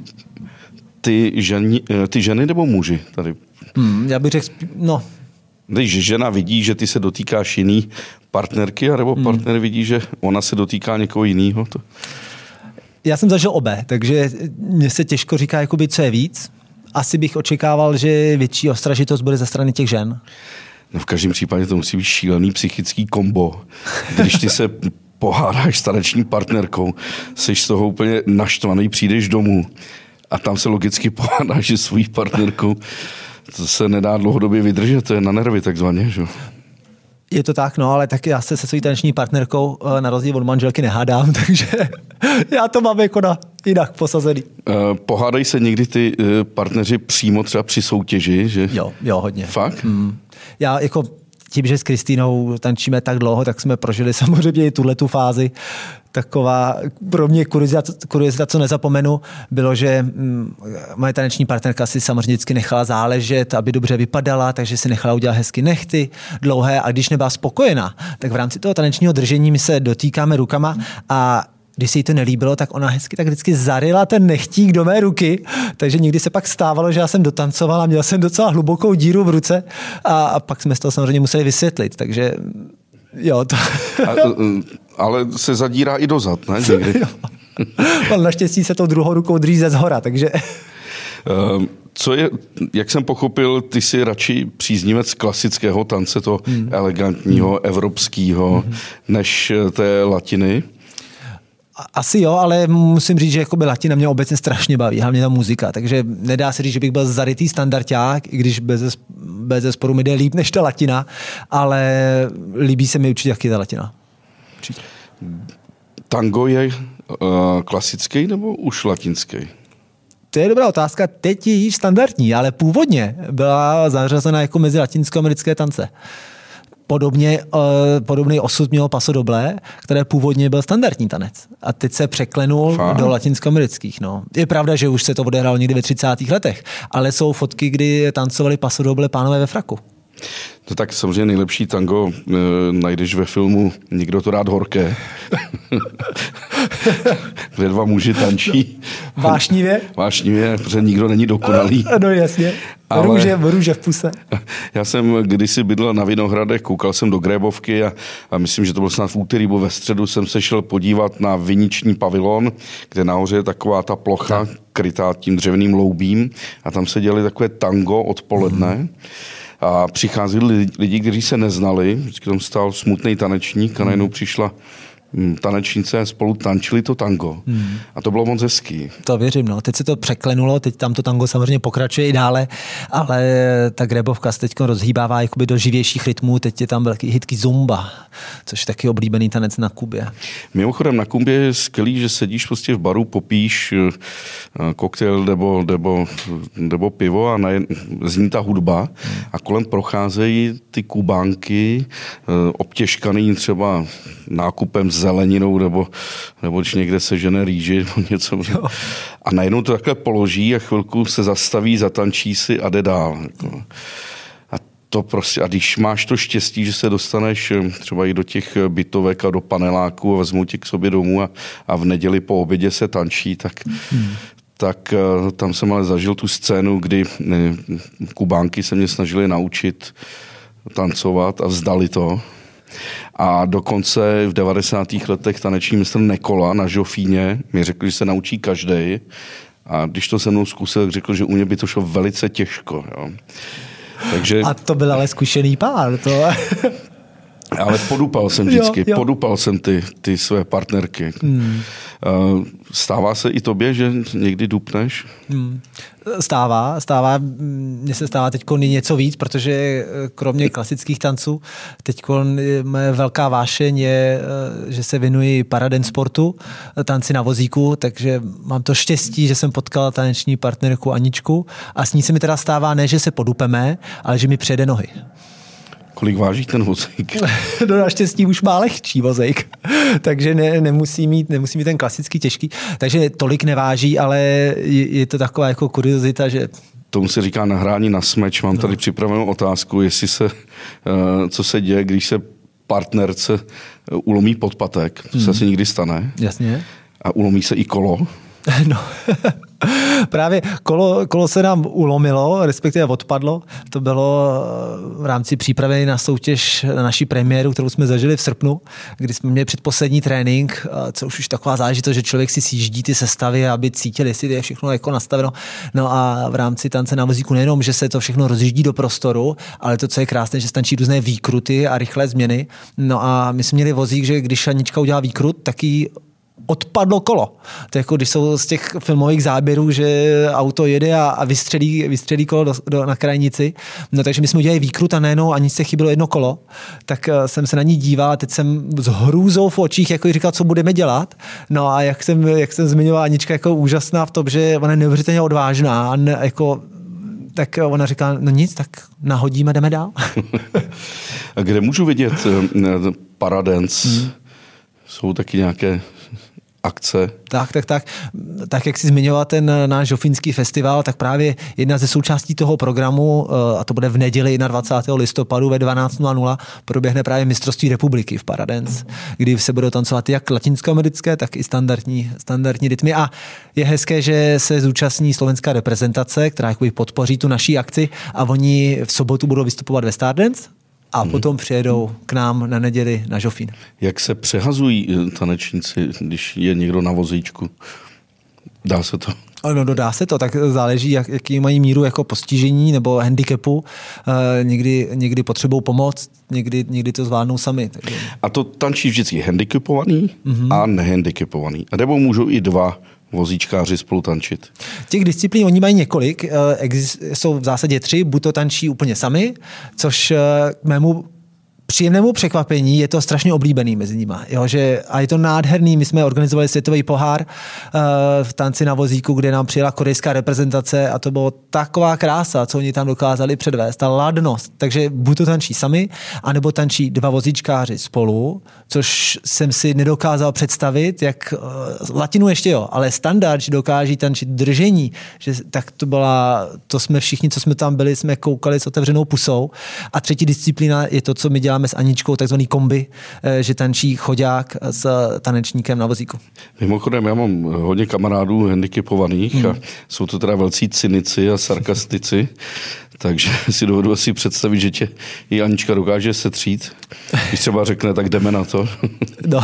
ty, ženi, ty ženy nebo muži tady? Hmm, já bych řekl, no. Když žena vidí, že ty se dotýkáš jiný partnerky, anebo hmm. partner vidí, že ona se dotýká někoho jiného? To... Já jsem zažil obé, takže mně se těžko říká, jakoby, co je víc. Asi bych očekával, že větší ostražitost bude ze strany těch žen. No v každém případě to musí být šílený psychický kombo. Když ty se pohádáš s taneční partnerkou, jsi z toho úplně naštvaný, přijdeš domů a tam se logicky pohádáš s svojí partnerkou. To se nedá dlouhodobě vydržet, to je na nervy takzvaně. Že? Je to tak, no, ale tak já se se svojí taneční partnerkou na rozdíl od manželky nehádám, takže já to mám jako na jinak posazený. Pohádají se někdy ty partneři přímo třeba při soutěži, že? Jo, jo, hodně. Fakt? Hmm. Já jako tím, že s Kristýnou tančíme tak dlouho, tak jsme prožili samozřejmě i tuhletu fázi. Taková pro mě kuriozita, co nezapomenu, bylo, že hm, moje taneční partnerka si samozřejmě vždycky nechala záležet, aby dobře vypadala, takže si nechala udělat hezky nechty dlouhé a když nebyla spokojená, tak v rámci toho tanečního držení my se dotýkáme rukama a když se jí to nelíbilo, tak ona hezky tak vždycky zaryla ten nechtík do mé ruky, takže někdy se pak stávalo, že já jsem dotancovala, měl jsem docela hlubokou díru v ruce a, a pak jsme z toho samozřejmě museli vysvětlit, takže jo. To... A, ale se zadírá i dozad, ne? Někdy. Ale naštěstí se tou druhou rukou drží ze zhora, takže... Co je, jak jsem pochopil, ty jsi radši příznivec klasického tance, toho hmm. elegantního, hmm. evropského, hmm. než té latiny? Asi jo, ale musím říct, že jakoby latina mě obecně strašně baví, hlavně ta muzika, takže nedá se říct, že bych byl zarytý standardťák, i když bez, bez zesporu mi jde líp než ta latina, ale líbí se mi určitě taky ta latina. Určitě. Tango je uh, klasický nebo už latinský? To je dobrá otázka, teď je již standardní, ale původně byla zařazena jako mezi latinskoamerické tance. Podobně, uh, podobný osud mělo Paso Doble, které původně byl standardní tanec. A teď se překlenul Fakt? do latinskoamerických. No. Je pravda, že už se to odehrálo někdy ve třicátých letech, ale jsou fotky, kdy tancovali Paso Doble pánové ve fraku. To tak samozřejmě nejlepší tango e, najdeš ve filmu Nikdo to rád horké. Kde dva muži tančí. Vášnivě? Vášnivě, protože nikdo není dokonalý. No jasně. Ale růže, růže v puse. Já jsem kdysi bydlel na Vinohradech, koukal jsem do Grébovky a, a myslím, že to bylo snad v úterý nebo ve středu, jsem se šel podívat na viniční pavilon, kde nahoře je taková ta plocha krytá tím dřevěným loubím a tam se dělali takové tango odpoledne. Hmm. A přicházeli lidi, kteří se neznali, vždycky tam stál smutný tanečník a najednou přišla tanečnice, spolu tančili to tango. Hmm. A to bylo moc hezký. To věřím, no. Teď se to překlenulo, teď tam to tango samozřejmě pokračuje i dále, ale ta Grébovka se teď rozhýbává jakoby do živějších rytmů, teď je tam velký hitky zumba, což je taky oblíbený tanec na Kubě. Mimochodem na Kubě je skvělý, že sedíš prostě v baru, popíš koktejl nebo, nebo, nebo pivo a najen, zní ta hudba hmm. a kolem procházejí ty Kubánky obtěžkaný třeba nákupem zeleninou, nebo, nebo když někde sežene rýži, nebo něco. Jo. A najednou to takhle položí a chvilku se zastaví, zatančí si a jde dál. A to prostě, a když máš to štěstí, že se dostaneš třeba i do těch bytovek a do paneláků a vezmou tě k sobě domů a, a v neděli po obědě se tančí, tak... Hmm. tak tam jsem ale zažil tu scénu, kdy ne, Kubánky se mě snažili naučit tancovat a vzdali to. A dokonce v devadesátých letech taneční mistr Nekola na Žofíně mi řekl, že se naučí každej. A když to se mnou zkusil, tak řekl, že u mě by to šlo velice těžko. Jo. Takže... A to byl ale zkušený pár. To... Ale podupal jsem vždycky, jo, jo. podupal jsem ty, ty své partnerky. Hmm. Stává se i tobě, že někdy dupneš? Hmm. Stává, stává. Mně se stává teď něco víc, protože kromě klasických tanců teď moje velká vášeň je, že se věnuji paradance sportu, tanci na vozíku, takže mám to štěstí, že jsem potkal taneční partnerku Aničku a s ní se mi teda stává ne, že se podupeme, ale že mi přejede nohy. Kolik váží ten vozík? No naštěstí už má lehčí vozík, takže ne, nemusí, mít, nemusí mít ten klasický těžký. Takže tolik neváží, ale je, je to taková jako kuriozita, že... Tomu se říká nahrání na smeč. Mám no. tady připravenou otázku, jestli se, uh, co se děje, když se partnerce ulomí podpatek. To hmm. se asi nikdy stane. Jasně. A ulomí se i kolo. No, právě kolo, kolo se nám ulomilo, respektive odpadlo. To bylo v rámci přípravy na soutěž, na naší premiéru, kterou jsme zažili v srpnu, kdy jsme měli předposlední trénink, co už už taková záležitost, že člověk si sjíždí ty sestavy, aby cítil, jestli je všechno jako nastaveno. No a v rámci tance na vozíku nejenom, že se to všechno rozjíždí do prostoru, ale to, co je krásné, že se tančí různé výkruty a rychlé změny. No a my jsme měli vozík, že když Anička udělá výkrut, tak jí odpadlo kolo. To je jako, když jsou z těch filmových záběrů, že auto jede a, a vystřelí, vystřelí kolo do, do, na krajnici. No takže my jsme udělali výkrut a najednou ani se chybilo jedno kolo. Tak uh, jsem se na ní díval a teď jsem s hrůzou v očích jako říkal, co budeme dělat. No a jak jsem, jak jsem zmiňoval, Anička jako úžasná v tom, že ona je neuvěřitelně odvážná. Ne, jako, tak ona říká, no nic, tak nahodíme, jdeme dál. A kde můžu vidět uh, paradance? Hmm. Jsou taky nějaké akce. Tak, tak, tak. Tak, jak jsi zmiňoval ten náš žofínský festival, tak právě jedna ze součástí toho programu, a to bude v neděli dvacátého listopadu ve dvanáct nula nula, proběhne právě mistrovství republiky v paradance, kdy se budou tancovat jak latinskoamerické, tak i standardní, standardní rytmy. A je hezké, že se zúčastní slovenská reprezentace, která jakoby podpoří tu naší akci a oni v sobotu budou vystupovat ve Stardance, a hmm. potom přijedou k nám na neděli na Žofín. Jak se přehazují tanečníci, když je někdo na vozíčku? Dá se to? No, dá se to, tak záleží, jak, jaký mají míru jako postižení nebo handicapu. E, někdy, někdy potřebují pomoc, někdy, někdy to zvládnou sami. Takže... A to tančí vždycky handicapovaný mm-hmm. a nehandicapovaný. A nebo můžou i dva vozíčkáři spolu tančit? Těch disciplín oni mají několik, jsou v zásadě tři, buď to tančí úplně sami, což k mému příjemnému překvapení je to strašně oblíbený mezi nima. Jo, že, a je to nádherný, my jsme organizovali světový pohár uh, v tanci na vozíku, kde nám přijela korejská reprezentace a to bylo taková krása, co oni tam dokázali předvést, ta ladnost. Takže buď to tančí sami, anebo tančí dva vozíčkáři spolu, což jsem si nedokázal představit, jak uh, latinu ještě jo, ale standard, že dokáží tančit držení, že tak to byla, to jsme všichni, co jsme tam byli, jsme koukali s otevřenou pusou. A třetí disciplína je to, co my děláme s Aničkou, takzvaný kombi, že tančí choďák s tanečníkem na vozíku. Mimochodem, já mám hodně kamarádů handicapovaných hmm. a jsou to teda velcí cynici a sarkastici, takže si dovedu asi představit, že tě i Anička dokáže setřít. Když třeba řekne, tak jdeme na to. No.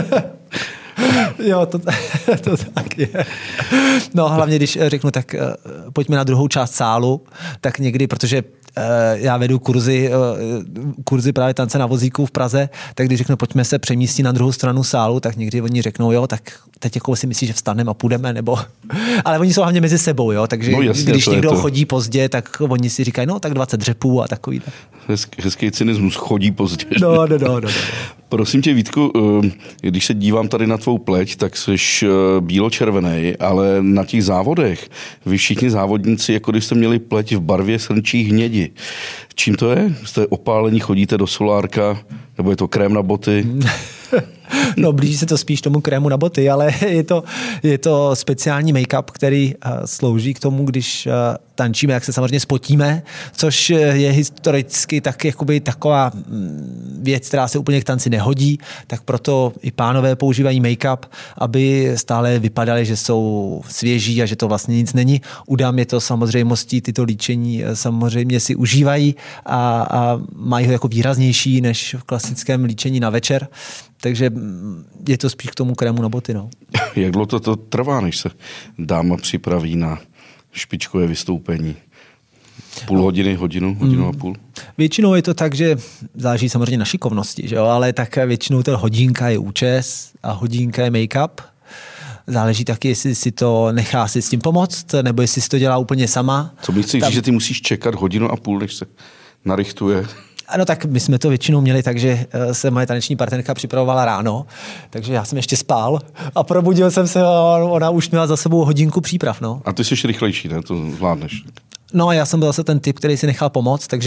Jo, to, to tak je. No hlavně, když řeknu, tak pojďme na druhou část sálu, tak někdy, protože já vedu kurzy, kurzy právě tance na vozíku v Praze, tak když řeknu, pojďme se přemístit na druhou stranu sálu, tak někdy oni řeknou, jo, tak teď jako si myslí, že vstaneme a půjdeme, nebo... Ale oni jsou hlavně mezi sebou, jo, takže no jasně, když někdo chodí pozdě, tak oni si říkají, no tak dvacet dřepů a takový. Hezký, hezký cynismus, chodí pozdě. No, no, no, no, no. Prosím tě, Vítku, když se dívám tady na tvou pleť, tak jsi bílo-červenej, ale na těch závodech, vy všichni závodníci, jako když jste měli pleť v barvě srnčí hnědi. Čím to je? Jste opálení, chodíte do solárka, nebo je to krém na boty? No, blíží se to spíš tomu krému na boty, ale je to, je to speciální make-up, který slouží k tomu, když tančíme, jak se samozřejmě spotíme, což je historicky tak jakoby taková věc, která se úplně k tanci nehodí, tak proto i pánové používají make-up, aby stále vypadali, že jsou svěží a že to vlastně nic není. U dám je to samozřejmostí, tyto líčení samozřejmě si užívají a, a mají ho jako výraznější než v klasickém líčení na večer. Takže je to spíš k tomu krému na boty. No. Jak dlouho to, to trvá, než se dáma připraví na špičkové vystoupení? Půl hodiny, hodinu, hodinu a půl? Většinou je to tak, že záleží samozřejmě na šikovnosti, že jo? Ale tak většinou ta hodinka je účes a hodinka je make-up. Záleží taky, jestli si to nechá si s tím pomoct, nebo jestli si to dělá úplně sama. Co mi chceš Tam... říct, že ty musíš čekat hodinu a půl, než se narichtuje? Ano, tak my jsme to většinou měli tak, že se moje taneční partnerka připravovala ráno, takže já jsem ještě spál a probudil jsem se a ona už měla za sebou hodinku příprav. No. A ty jsi rychlejší, ne? To zvládneš. No a já jsem byl zase ten typ, který si nechal pomoct, takže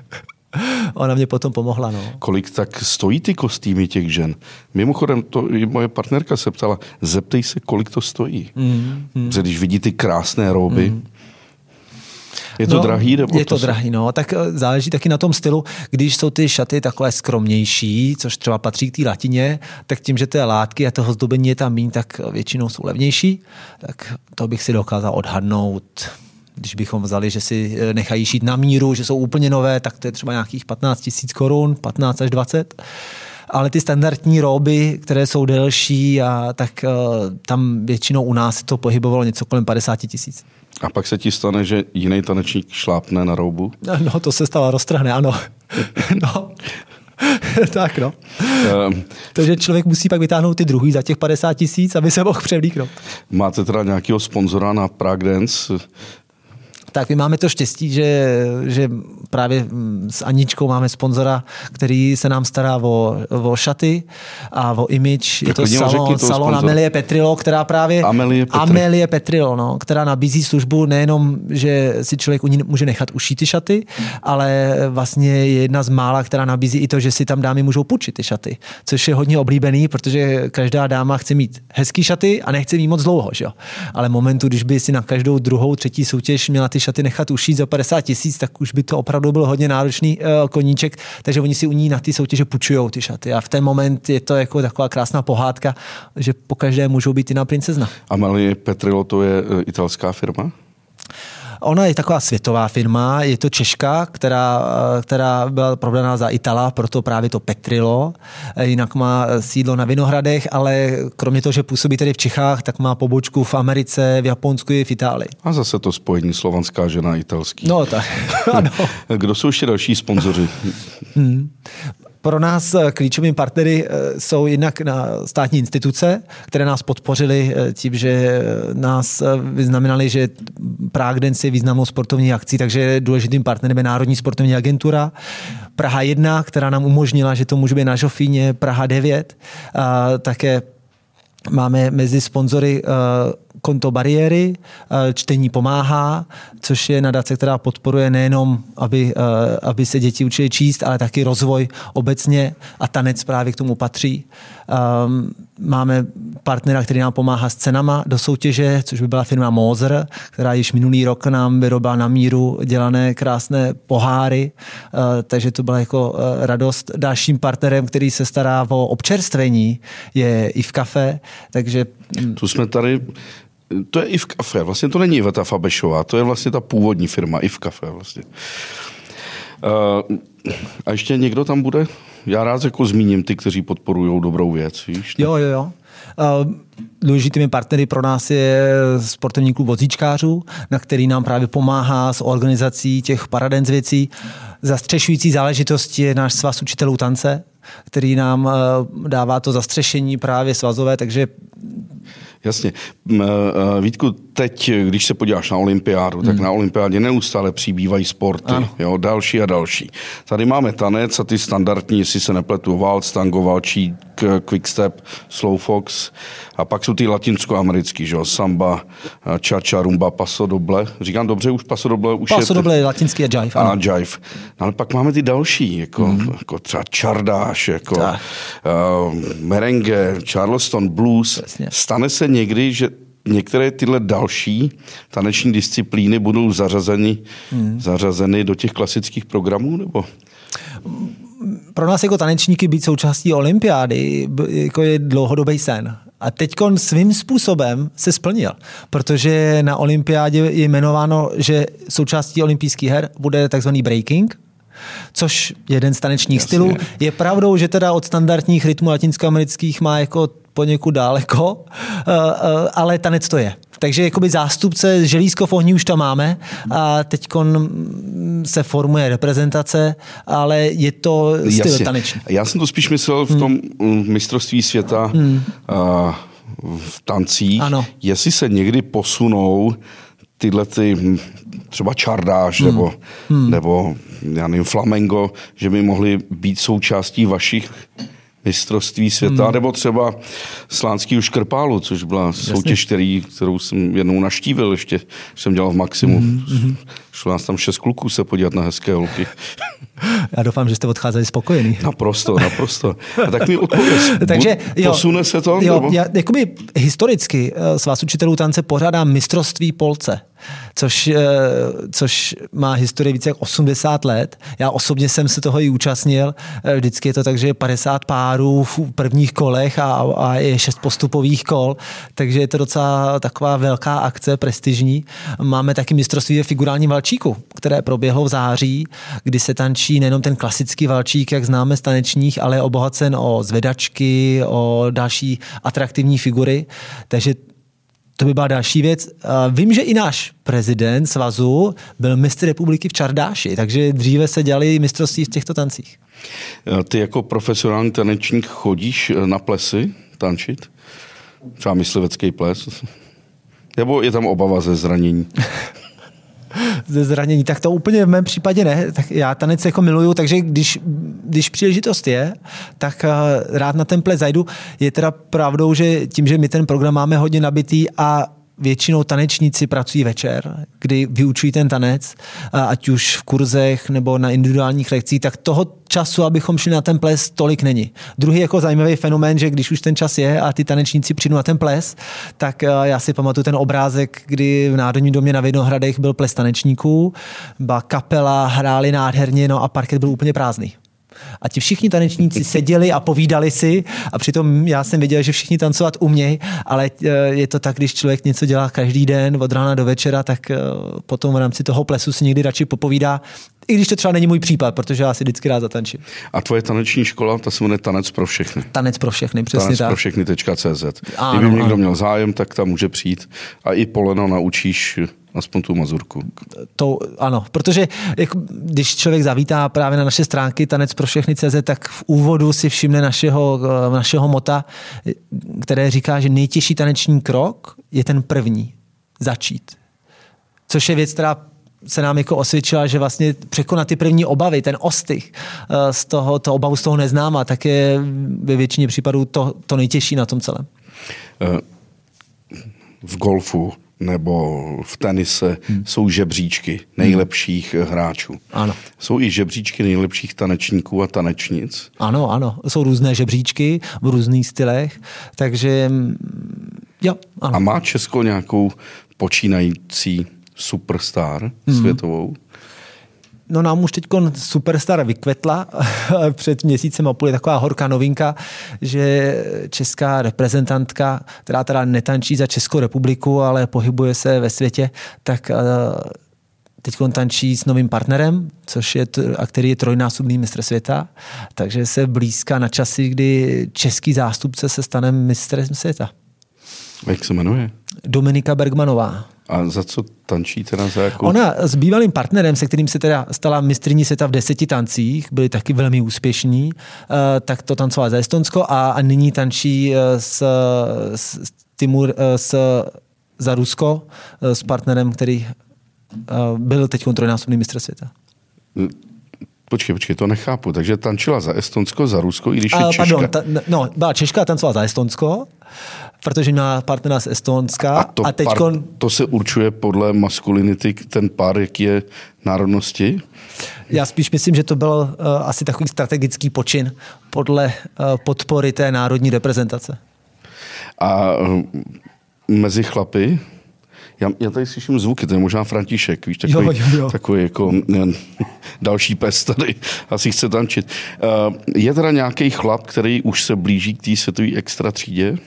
ona mě potom pomohla. No. Kolik tak stojí ty kostýmy těch žen? Mimochodem, to i moje partnerka se ptala, zeptej se, kolik to stojí. Mm, mm. Protože když vidí ty krásné róby, mm. Je to no, drahý? Nebo je to, to drahý, no. Tak záleží taky na tom stylu. Když jsou ty šaty takové skromnější, což třeba patří k té latině, tak tím, že ty látky a toho zdobení je tam míň, tak většinou jsou levnější. Tak to bych si dokázal odhadnout. Když bychom vzali, že si nechají šít na míru, že jsou úplně nové, tak to je třeba nějakých patnáct tisíc korun, patnáct až dvacet. Ale ty standardní róby, které jsou delší, a tak uh, tam většinou u nás to pohybovalo něco kolem padesát tisíc. A pak se ti stane, že jiný tanečník šlápne na roubu? No, to se stalo, roztrhne, ano. No. Tak no. Um, Takže člověk musí pak vytáhnout ty druhý za těch padesát tisíc, aby se mohl převlíknout. Máte teda nějakého sponzora na Prague Dance? Tak my máme to štěstí, že, že právě s Aničkou máme sponzora, který se nám stará o, o šaty a o image. Je to salon, salon Amelie Petrillo, která právě Amelie Petrillo, Amelie Petrillo no, která nabízí službu nejenom, že si člověk u ní může nechat ušít ty šaty, ale vlastně je jedna z mála, která nabízí i to, že si tam dámy můžou půjčit ty šaty, což je hodně oblíbený, protože každá dáma chce mít hezký šaty a nechce mít moc dlouho. Že? Ale momentu, když by si na každou druhou, třetí soutěž měla ty šaty nechat ušít za padesát tisíc, tak už by to opravdu byl hodně náročný uh, koníček, takže oni si u ní na ty soutěže půjčujou ty šaty. A v ten moment je to jako taková krásná pohádka, že po každé můžou být jiná princezna. Amelie Petrillo, to je uh, italská firma? Ona je taková světová firma, je to Češka, která, která byla prodaná za Itala, proto právě to Petrillo. Jinak má sídlo na Vinohradech, ale kromě toho, že působí tady v Čechách, tak má pobočku v Americe, v Japonsku i v Itálii. A zase to spojení slovanská žena italský. No tak, ano. Kdo jsou ještě další sponzoři? Hmm. Pro nás klíčovými partnery jsou jednak státní instituce, které nás podpořily tím, že nás vyznamenali, že Prague Dance je významnou sportovní akcí, takže důležitým partnerem je Národní sportovní agentura. Praha jedna, která nám umožnila, že to může být na Žofíně, Praha devět. A také máme mezi sponzory konto Bariéry, čtení pomáhá, což je nadace, která podporuje nejenom, aby, aby se děti učili číst, ale taky rozvoj obecně a tanec právě k tomu patří. Máme partnera, který nám pomáhá s cenama do soutěže, což by byla firma Moser, která již minulý rok nám vyrobila na míru dělané krásné poháry, takže to byla jako radost. Dalším partnerem, který se stará o občerstvení, je i v kafe, takže... Tu jsme tady... To je i v kafe, vlastně to není Iveta Fabešová, to je vlastně ta původní firma i v kafe vlastně. Uh, a ještě někdo tam bude? Já rád jako zmíním ty, kteří podporují dobrou věc, víš? Jo, jo, jo. Uh, důležitými partnery pro nás je sportovní klub vozíčkářů, na který nám právě pomáhá s organizací těch paradance věcí. Zastřešující záležitost je náš svaz učitelů tance, který nám uh, dává to zastřešení právě svazové, takže... Jasně. Vítku, teď, když se podíváš na olympiádu, tak hmm. na olympiádě neustále přibývají sporty, jo, další a další. Tady máme tanec a ty standardní, jestli se nepletu, waltz, tango, valčík, quickstep, slowfox a pak jsou ty latinskoamerický, že jo, samba, cha-cha, rumba, paso doble. Říkám dobře, už paso doble už paso je... doble je latinský a jive. A jive. No, ale pak máme ty další, jako, hmm. jako třeba čardáš, jako uh, merengue, charleston, blues. Přesně. Stane se někdy, že některé tyhle další taneční disciplíny budou zařazeny, hmm. zařazeny do těch klasických programů, nebo? Pro nás jako tanečníky být součástí olympiády jako je dlouhodobý sen. A teďkon svým způsobem se splnil, protože na olympiádě je jmenováno, že součástí olympijských her bude takzvaný breaking, což jeden z tanečních Jasně. stylů. Je pravdou, že teda od standardních rytmů latinskoamerických má jako poněkud daleko, ale tanec to je. Takže jakoby zástupce želízko v ohni už tam máme a teďkon se formuje reprezentace, ale je to styl Jasně. taneční. Já jsem to spíš myslel v tom hmm. mistrovství světa hmm. v tancích. Ano. Jestli se někdy posunou tyhle ty třeba čardáš hmm. nebo, hmm. nebo já nevím, flamengo, že by mohly být součástí vašich mistrovství světa, hmm. nebo třeba slánskýho škrpálu, což byla Jasně. soutěž, který, kterou jsem jednou naštívil, ještě jsem dělal v Maximu. Hmm. Šlo nás tam šest kluků se podívat na hezké holky. Já doufám, že jste odcházeli spokojený. Naprosto, naprosto. A tak mi odpověz. Takže jo, posune se to? Jo, já, jakoby historicky Svaz učitelů tance pořádá mistrovství Polce, což, což má historii více jak osmdesát let. Já osobně jsem se toho i účastnil. Vždycky je to tak, že je padesát párů v prvních kolech a, a je šest postupových kol, takže je to docela taková velká akce, prestižní. Máme taky mistrovství ve figurálním valčíku, které proběhlo v září, kdy se tančí nejenom ten klasický valčík, jak známe z tanečních, ale je obohacen o zvedačky, o další atraktivní figury. Takže to by byla další věc. Vím, že i náš prezident svazu byl mistr republiky v čardáši, takže dříve se dělali mistrovství v těchto tancích. Ty jako profesionální tanečník chodíš na plesy tančit? Třeba myslivecký ples? Nebo je tam obava ze zranění? Ze zranění, tak to úplně v mém případě ne. Tak já tanec jako miluju, takže když, když příležitost je, tak rád na ten ples zajdu. Je teda pravdou, že tím, že my ten program máme hodně nabitý a většinou tanečníci pracují večer, kdy vyučují ten tanec, ať už v kurzech nebo na individuálních lekcích, tak toho času, abychom šli na ten ples, tolik není. Druhý jako zajímavý fenomén, že když už ten čas je a ty tanečníci přijdou na ten ples, tak já si pamatuju ten obrázek, kdy v Národním domě na Vinohradech byl ples tanečníků, byla kapela, hráli nádherně, no a parket byl úplně prázdný. A ti všichni tanečníci seděli a povídali si a přitom já jsem věděl, že všichni tancovat umějí, ale je to tak, když člověk něco dělá každý den od rána do večera, tak potom v rámci toho plesu si někdy radši popovídá, i když to třeba není můj případ, protože já si vždycky rád zatančím. A tvoje taneční škola, ta se jmenuje Tanec pro všechny. Tanec pro všechny, přesně Tanec tak. pro všechny tečka cé zet. Kdyby někdo ano. měl zájem, tak tam může přijít a i Poleno naučíš aspoň tu mazurku. To, ano, protože jako, když člověk zavítá právě na naše stránky tanec pro všechny tečka cé zet, tak v úvodu si všimne našeho, našeho mota, které říká, že nejtěžší taneční krok je ten první. Začít. Což je věc, která se nám jako osvědčila, že vlastně překonat ty první obavy, ten ostych z toho, to obavu z toho neznáma, tak je ve většině případů to, to nejtěžší na tom celém. V golfu nebo v tenise hmm. jsou žebříčky nejlepších hmm. hráčů. Ano. Jsou i žebříčky nejlepších tanečníků a tanečnic? Ano, ano. Jsou různé žebříčky v různých stylech, takže jo, ano. A má Česko nějakou počínající superstar hmm. světovou? No nám už teď superstar vykvetla. Před měsícem a půl je taková horká novinka, že česká reprezentantka, která teda netančí za Českou republiku, ale pohybuje se ve světě, tak teď tančí s novým partnerem, což je, a který je trojnásobný mistr světa. Takže se blízká na časy, kdy český zástupce se stane mistrem světa. Jak se jmenuje? Dominika Bergmanová. A za co tančí teda? Za jakou? Ona s bývalým partnerem, se kterým se teda stala mistryní světa v deseti tancích, byli taky velmi úspěšní, tak to tancovala za Estonsko a, a nyní tančí s, s, Timur, s za Rusko s partnerem, který byl teď trojnásobný mistr světa. Počkej, počkej, to nechápu. Takže tančila za Estonsko, za Rusko, i když je a, Češka. Pardon, ta, no, byla Češka a tancovala za Estonsko, protože měla partnera z Estonska. A to, a teďko... par, to se určuje podle maskulinity, ten pár, jaký je národnosti? Já spíš myslím, že to byl uh, asi takový strategický počin podle uh, podpory té národní reprezentace. A uh, mezi chlapy? Já, já tady slyším zvuky, to je možná František, víš, takový, jo, jo, jo. takový jako ne, další pes tady asi chce tančit. Uh, je teda nějaký chlap, který už se blíží k té světové extra třídě?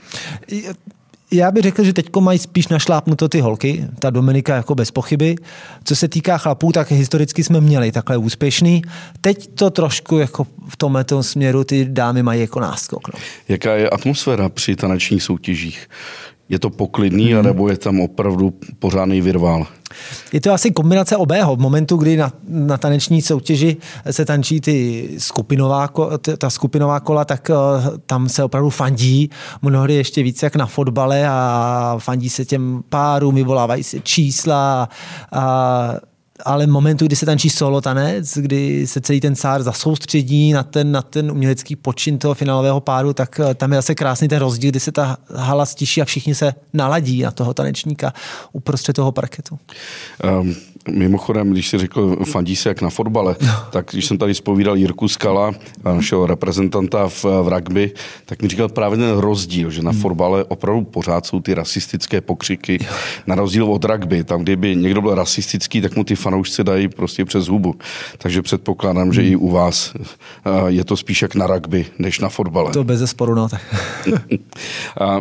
Já bych řekl, že teďko mají spíš našlápnuto ty holky, ta Dominika jako bez pochyby. Co se týká chlapů, tak historicky jsme měli takhle úspěšný. Teď to trošku jako v tomhle směru ty dámy mají jako náskok. No. Jaká je atmosféra při tanečních soutěžích? Je to poklidný, hmm. nebo je tam opravdu pořádný virvál? Je to asi kombinace obého. V momentu, kdy na, na taneční soutěži se tančí ty skupinová, ta skupinová kola, tak uh, tam se opravdu fandí. Mnohdy ještě víc jak na fotbale a fandí se těm párům, vyvolávají se čísla a ale momentu, kdy se tančí solo tanec, kdy se celý ten sár zasoustředí na ten, na ten umělecký počin toho finálového páru, tak tam je zase krásný ten rozdíl, kdy se ta hala stiší a všichni se naladí na toho tanečníka uprostřed toho parketu. Um, mimochodem, když jsi řekl, fandí se jak na fotbale, no. tak když jsem tady zpovídal Jirku Skala, našeho reprezentanta v, v rugby, tak mi říkal právě ten rozdíl, že na hmm. fotbale opravdu pořád jsou ty rasistické pokřiky, jo. na rozdíl od rugby. Tam, kdyby někdo byl rasistický, tak mu ty fanoušci dají prostě přes hubu. Takže předpokládám, hmm. že i u vás je to spíš jak na rugby, než na fotbale. To bez zesporu, no tak. a, a,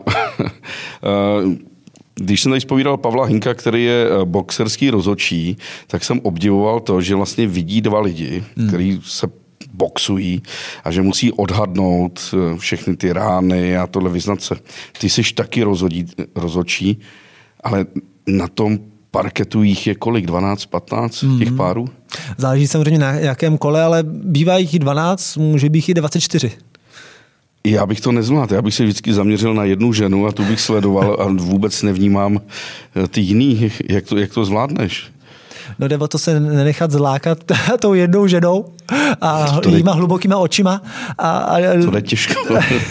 Když jsem tady zpovídal Pavla Hynka, který je boxerský rozhodčí, tak jsem obdivoval to, že vlastně vidí dva lidi, hmm. kteří se boxují a že musí odhadnout všechny ty rány a tohle vyznat se. Ty jsi taky rozhodí, rozhodčí, ale na tom parketu jich je kolik? dvanáct, patnáct hmm. těch párů? Záleží samozřejmě na jakém kole, ale bývá jich i dvanáct, může být i dvacet čtyři. Já bych to nezvládl, já bych se vždycky zaměřil na jednu ženu a tu bych sledoval a vůbec nevnímám ty jiný. Jak to, jak to zvládneš? No jde o to se nenechat zlákat tou jednou ženou a jíma hlubokýma očima. A, a, to je těžko.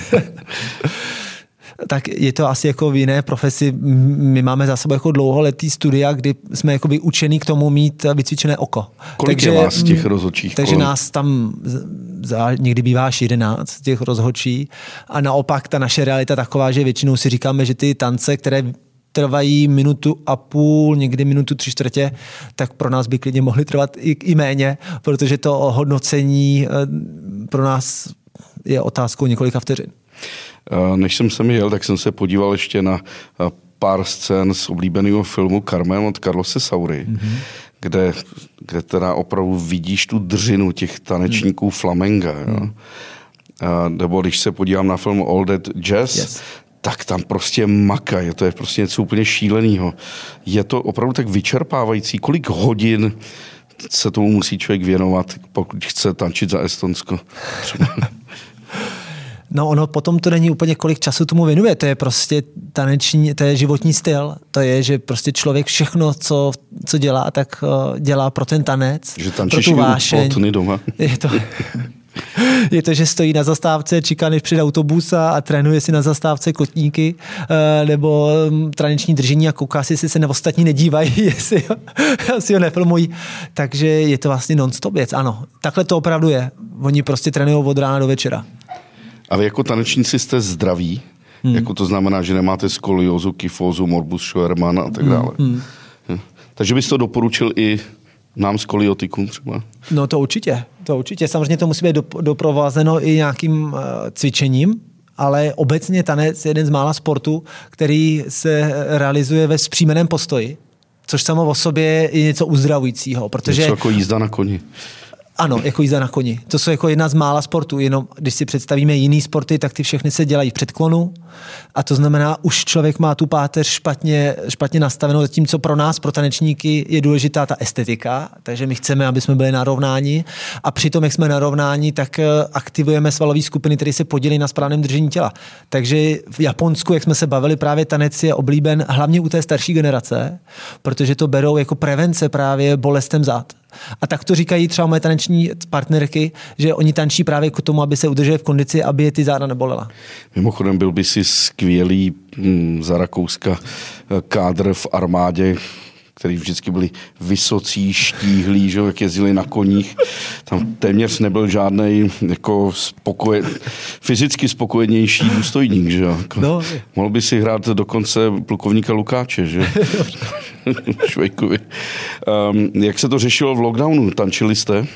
Tak je to asi jako v jiné profesi. My máme za sebou jako dlouholetý studia, kdy jsme jako učení k tomu mít vycvičené oko. Kolik takže, je vás těch rozhodčích? Takže kolem? Nás tam za, někdy bývá až jedenáct těch rozhodčí a naopak ta naše realita taková, že většinou si říkáme, že ty tance, které trvají minutu a půl, někdy minutu tři čtvrtě, tak pro nás by klidně mohly trvat i, i méně, protože to hodnocení pro nás je otázkou několika vteřin. Než jsem sem jel, tak jsem se podíval ještě na pár scén z oblíbeného filmu Carmen od Carlose Saury, mm-hmm. kde, kde teda opravdu vidíš tu dřinu těch tanečníků mm. flamenga. Jo? Mm. Nebo když se podívám na film All That Jazz, yes. tak tam prostě makají. To je prostě něco úplně šílenýho. Je to opravdu tak vyčerpávající. Kolik hodin se tomu musí člověk věnovat, pokud chce tančit za Estonsko? No ono potom to není úplně, kolik času tomu věnuje. To je prostě taneční, to je životní styl. To je, že prostě člověk všechno, co, co dělá, tak dělá pro ten tanec, že pro tu vášeň. Doma. Je to, je to, že stojí na zastávce, čeká než přijde autobus a, a trénuje si na zastávce kotníky nebo taneční držení a kouká si, jestli se na ostatní nedívají, jestli ho, si ho nefilmují. Takže je to vlastně non-stop věc. Ano, takhle to opravdu je. Oni prostě trénují od rána do večera. A vy jako tanečníci jste zdraví? Hmm. Jako to znamená, že nemáte skoliózu, kyfózu, morbus Scheuermann a tak dále. Hmm. Hmm. Takže bys to doporučil i nám skoliotikům třeba? No to určitě. To určitě. Samozřejmě to musí být doprovázeno i nějakým uh, cvičením, ale obecně tanec je jeden z mála sportů, který se realizuje ve vzpřímeném postoji, což samo o sobě je něco uzdravujícího. Protože něco jako jízda na koni. Ano, jako jízda na koni. To jsou jako jedna z mála sportů, jenom když si představíme jiný sporty, tak ty všechny se dělají v předklonu a to znamená, už člověk má tu páteř špatně, špatně nastavenou, zatímco pro nás, pro tanečníky, je důležitá ta estetika, takže my chceme, aby jsme byli narovnáni a přitom, jak jsme narovnáni, tak aktivujeme svalové skupiny, které se podílí na správném držení těla. Takže v Japonsku, jak jsme se bavili, právě tanec je oblíben hlavně u té starší generace, protože to berou jako prevence právě bolestem zad. A tak to říkají třeba moje taneční partnerky, že oni tančí právě k tomu, aby se udrželi v kondici, aby je ty záda nebolela. Mimochodem byl by si skvělý hm, za Rakouska kádr v armádě, který vždycky byli vysocí, štíhlí, že, jak jezdili na koních. Tam téměř nebyl žádnej jako spokoje, fyzicky spokojenější důstojník. Že? No. Mohl by si hrát dokonce plukovníka Lukáče. Že? Švejkovi. Um, jak se to řešilo v lockdownu? Tančili jste?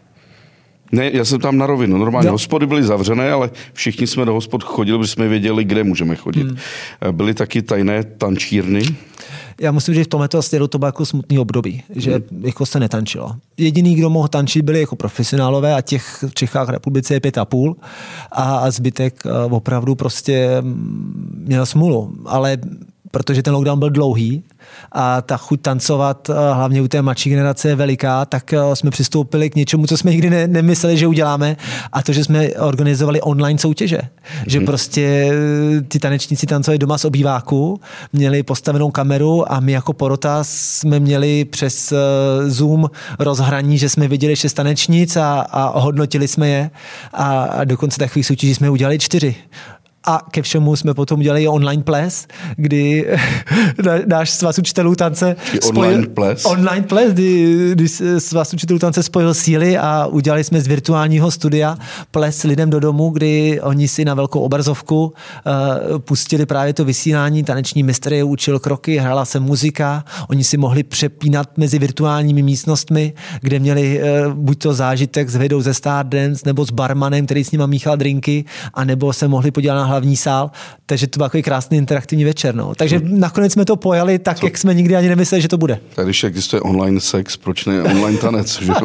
Ne, já jsem tam na rovinu. Normálně no. Hospody byly zavřené, ale všichni jsme do hospod chodili, protože jsme věděli, kde můžeme chodit. Hmm. Byly taky tajné tančírny? Já musím říct, v tomto stěru to bylo jako smutný období, že hmm. jako se netančilo. Jediný, kdo mohl tančit, byli jako profesionálové a těch v Čechách republice je pět a půl a zbytek opravdu prostě měl smůlu. Ale protože ten lockdown byl dlouhý a ta chuť tancovat, hlavně u té mladší generace, je veliká, tak jsme přistoupili k něčemu, co jsme nikdy ne- nemysleli, že uděláme, a to, že jsme organizovali online soutěže. Mm-hmm. Že prostě ty tanečníci tancovali doma z obýváku, měli postavenou kameru a my jako porota jsme měli přes Zoom rozhraní, že jsme viděli šest tanečnic a, a hodnotili jsme je a, a dokonce takových soutěží jsme udělali čtyři. A ke všemu jsme potom udělali online ples, kdy náš svaz učitelů tance spojil, online ples, online ples kdy, kdy svaz učitelů tance spojil síly a udělali jsme z virtuálního studia ples lidem do domu, kdy oni si na velkou obrazovku uh, pustili právě to vysílání, taneční mistr je učil kroky, hrála se muzika, oni si mohli přepínat mezi virtuálními místnostmi, kde měli uh, buď to zážitek s hvězdou ze Stardance, nebo s barmanem, který s nima míchal drinky, anebo se mohli podívat na hlavní sál, takže to byl takový krásný interaktivní večer. No. Takže hmm. nakonec jsme to pojali tak, Co? jak jsme nikdy ani nemysleli, že to bude. Tak když existuje online sex, proč ne online tanec? Že?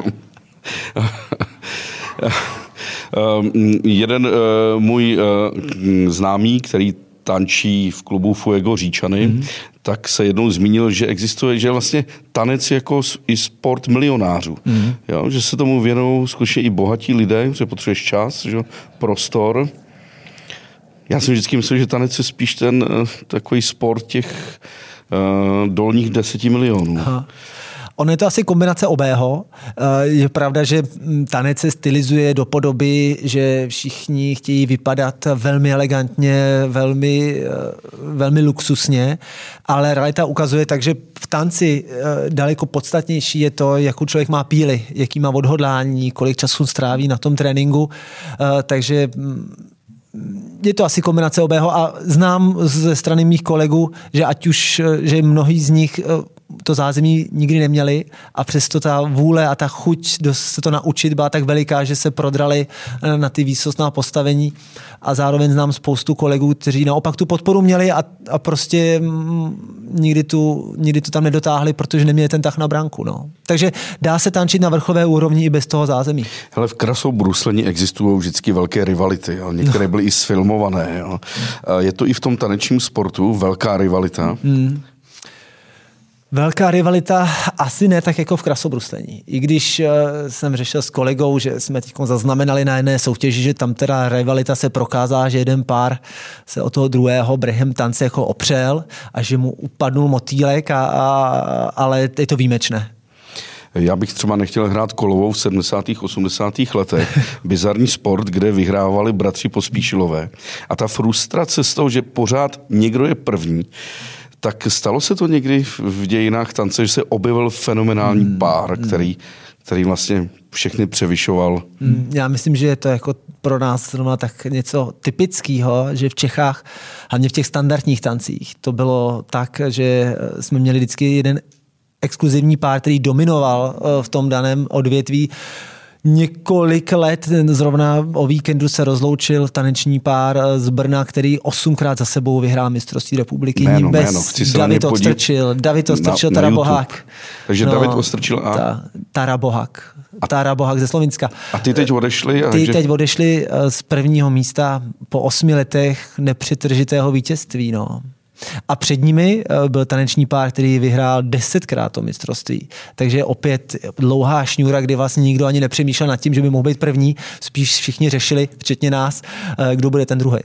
um, jeden uh, můj uh, známý, který tančí v klubu Fuego Říčany, mm-hmm. tak se jednou zmínil, že existuje, že vlastně tanec jako i sport milionářů. Mm-hmm. Jo? Že se tomu věnují skutečně i bohatí lidé, že potřebuješ čas, že? Prostor. Já jsem vždycky myslel, že tanec je spíš ten uh, takový sport těch uh, dolních deseti milionů. Aha. Ono je to asi kombinace obého. Je pravda, že tanec se stylizuje do podoby, že všichni chtějí vypadat velmi elegantně, velmi, velmi luxusně, ale realita ukazuje tak, že v tanci daleko podstatnější je to, jakou člověk má píli, jaký má odhodlání, kolik času stráví na tom tréninku. Takže je to asi kombinace obého a znám ze strany mých kolegů, že ať už, že mnohí z nich to zázemí nikdy neměli a přesto ta vůle a ta chuť se to naučit byla tak veliká, že se prodrali na ty výsostná postavení a zároveň znám spoustu kolegů, kteří naopak tu podporu měli a, a prostě nikdy, tu, nikdy to tam nedotáhli, protože neměli ten tah na branku. No. Takže dá se tančit na vrcholové úrovni i bez toho zázemí. Hele, v krasobruslení existují vždycky velké rivality. Jo. Některé no. byly i sfilmované. Jo. Je to i v tom tanečním sportu velká rivalita? Hmm. Velká rivalita asi ne tak jako v krasobruslení. I když jsem řešil s kolegou, že jsme teď zaznamenali na jedné soutěži, že tam teda rivalita se prokázala, že jeden pár se od toho druhého během tance jako opřel a že mu upadnul motýlek, a, a, ale je to výjimečné. Já bych třeba nechtěl hrát kolovou v sedmdesátých osmdesátých letech. Bizarní sport, kde vyhrávali bratři Pospíšilové. A ta frustrace z toho, že pořád někdo je první, tak stalo se to někdy v dějinách tance, že se objevil fenomenální hmm. pár, který, který vlastně všechny převyšoval. Hmm. Já myslím, že je to jako pro nás zrovna tak něco typického, že v Čechách, hlavně v těch standardních tancích, to bylo tak, že jsme měli vždycky jeden exkluzivní pár, který dominoval v tom daném odvětví. několik let, zrovna o víkendu se rozloučil taneční pár z Brna, který osmkrát za sebou vyhrál mistrovství republiky. Jméno, Nimbes, jméno. David Ostrčil, David Ostrčil, Tara Bohák. Takže no, David Ostrčil a... Ta, Tara Bohák. A Tara Bohák ze Slovinska. A ty teď odešli? A ty že... teď odešli z prvního místa po osmi letech nepřetržitého vítězství. No. A před nimi byl taneční pár, který vyhrál desetkrát to mistrovství. Takže opět dlouhá šňůra, kdy vlastně nikdo ani nepřemýšlel nad tím, že by mohl být první. Spíš všichni řešili, včetně nás, kdo bude ten druhý.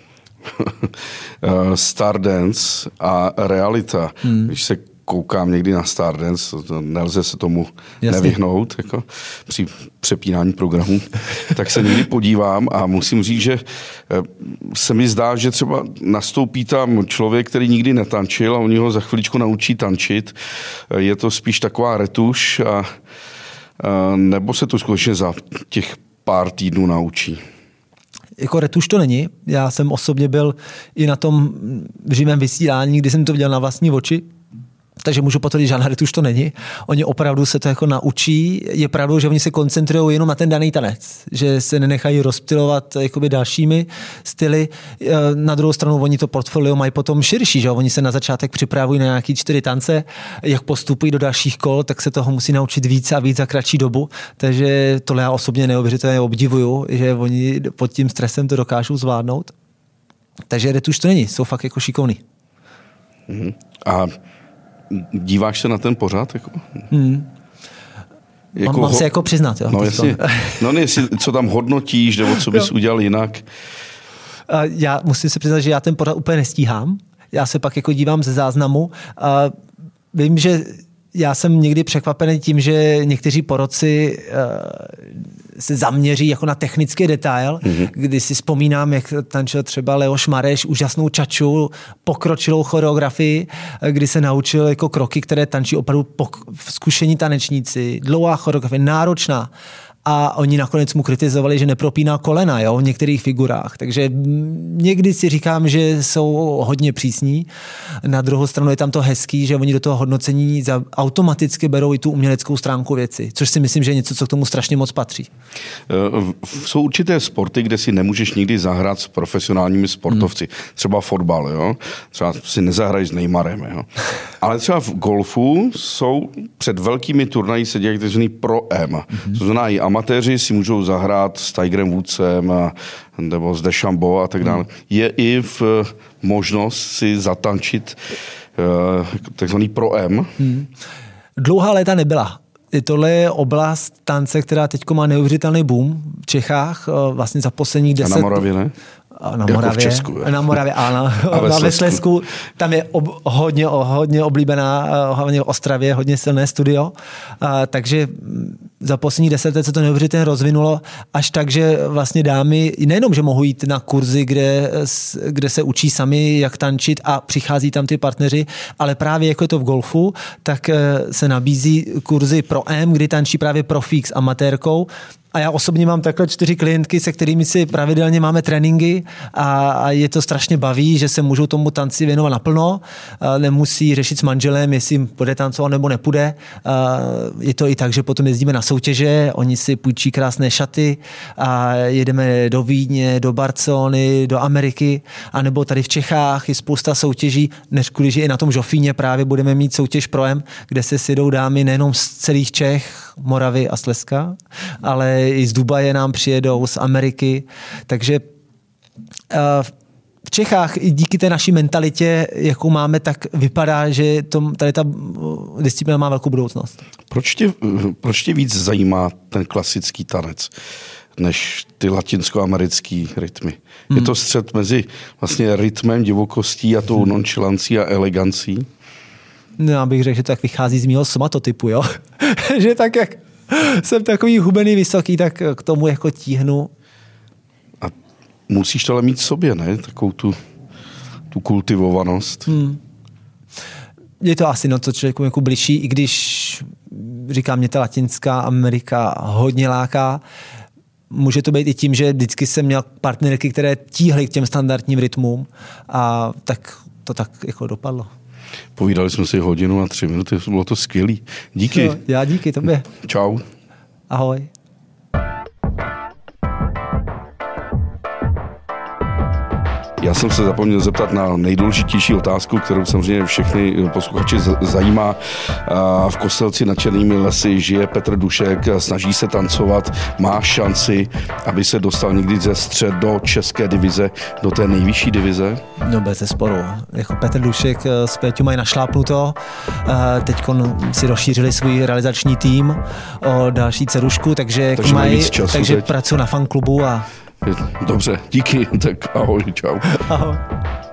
Stardance a realita. Hmm. Když se koukám někdy na Stardance, to nelze se tomu Jasně. nevyhnout jako při přepínání programů, tak se někdy podívám a musím říct, že se mi zdá, že třeba nastoupí tam člověk, který nikdy netančil a oni ho za chviličku naučí tančit. Je to spíš taková retuš a, a nebo se to skutečně za těch pár týdnů naučí? Jako retuš to není. Já jsem osobně byl i na tom živém vysílání, kdy jsem to viděl na vlastní oči. Takže můžu potvrdit, že žádná retuš to není. Oni opravdu se to jako naučí. Je pravdou, že oni se koncentrují jenom na ten daný tanec, že se nenechají rozptylovat jakoby dalšími styly. Na druhou stranu oni to portfolio mají potom širší, že oni se na začátek připravují na nějaký čtyři tance, jak postupují do dalších kol, tak se toho musí naučit víc a víc za kratší dobu. Takže tohle já osobně neuvěřitelně obdivuju, že oni pod tím stresem to dokážou zvládnout. Takže retuš to není, jsou fakt jako šikovný. Mm. A díváš se na ten pořad? Jako? Hmm. Jako mám, mám ho... se jako přiznat. Jo, no, jestli, no jestli, co tam hodnotíš, nebo co bys udělal jinak? Já musím se přiznat, že já ten pořad úplně nestíhám. Já se pak jako dívám ze záznamu. Vím, že já jsem někdy překvapený tím, že někteří poroci se zaměří jako na technický detail, mm-hmm. kdy si vzpomínám, jak tančil třeba Leoš Mareš, úžasnou čaču, pokročilou choreografii, kdy se naučil jako kroky, které tančí opravdu pok- zkušení tanečníci, dlouhá choreografie, náročná. A oni nakonec mu kritizovali, že nepropíná kolena, jo, v některých figurách. Takže někdy si říkám, že jsou hodně přísní. Na druhou stranu je tam to hezký, že oni do toho hodnocení automaticky berou i tu uměleckou stránku věci, což si myslím, že je něco, co k tomu strašně moc patří. Jsou určité sporty, kde si nemůžeš nikdy zahrát s profesionálními sportovci. Hmm. Třeba fotbal, jo. Třeba si nezahraješ s Neymarem, jo. Ale třeba v golfu jsou před velkými turnaji se dělají takzvaný pro-M. Hmm. To znamená, i amatéři si můžou zahrát s Tigerem Woodsem a, nebo s DeChambeau a tak dále. Hmm. Je i v možnost si zatančit uh, takzvaný pro-M. Hmm. Dlouhá léta nebyla. Tohle je oblast tance, která teď má neuvěřitelný boom v Čechách. Vlastně za posledních deset... A na Moravě ne? Na Moravě, jako v Česku, je. Na Moravě, ano. A ve Slezsku. Slezsku, tam je ob, hodně, hodně oblíbená, hlavně v Ostravě, hodně silné studio. A, takže za poslední deset let se to neuvěřitelně rozvinulo, až tak, že vlastně dámy nejenom, že mohou jít na kurzy, kde, kde se učí sami, jak tančit a přichází tam ty partneři, ale právě jako je to v golfu, tak se nabízí kurzy pro M, kdy tančí právě profík s amatérkou. A já osobně mám takhle čtyři klientky, se kterými si pravidelně máme tréninky a, a je to strašně baví, že se můžou tomu tanci věnovat naplno. Nemusí řešit s manželem, jestli bude tancovat nebo nepůjde. Je to i tak, že potom jezdíme na soutěže, oni si půjčí krásné šaty a jedeme do Vídně, do Barcelony, do Ameriky, anebo tady v Čechách je spousta soutěží, než kvůli, že i na tom Žofíně právě budeme mít soutěž Pro-M, kde se sjedou dámy nejenom z celých Čech, Moravy a Slezska, ale i z Dubaje nám přijedou, z Ameriky. Takže v Čechách i díky té naší mentalitě, jakou máme, tak vypadá, že tom, tady ta disciplína má velkou budoucnost. Proč tě, proč tě víc zajímá ten klasický tanec než ty latinskoamerický rytmy? Hmm. Je to střet mezi vlastně rytmem, divokostí a tou hmm. nonchalancí a elegancí? No, já bych řekl, že to tak vychází z mýho somatotypu, jo? Že tak, jak jsem takový hubený, vysoký, tak k tomu jako tíhnu. A musíš to ale mít v sobě, ne? Takovou tu, tu kultivovanost. Hmm. Je to asi no, co člověku jako bližší, i když říkám, mě ta Latinská Amerika hodně láká. Může to být i tím, že vždycky jsem měl partnerky, které tíhly k těm standardním rytmům a tak to tak jako dopadlo. Povídali jsme si hodinu a tři minuty, bylo to skvělý. Díky. No, já díky tobě. Čau. Ahoj. Já jsem se zapomněl zeptat na nejdůležitější otázku, kterou samozřejmě všechny posluchači zajímá. V Kostelci nad Černými lesy žije Petr Dušek, snaží se tancovat, má šanci, aby se dostal někdy ze střed do české divize, do té nejvyšší divize? No bez zesporu. Jako Petr Dušek s Péťou mají našlápnuto. Teď si rozšířili svůj realizační tým o další dcerušku, takže, takže mají času takže teď. pracuji na fanklubu a Dobře, díky, tak ahoj, čau. Ahoj.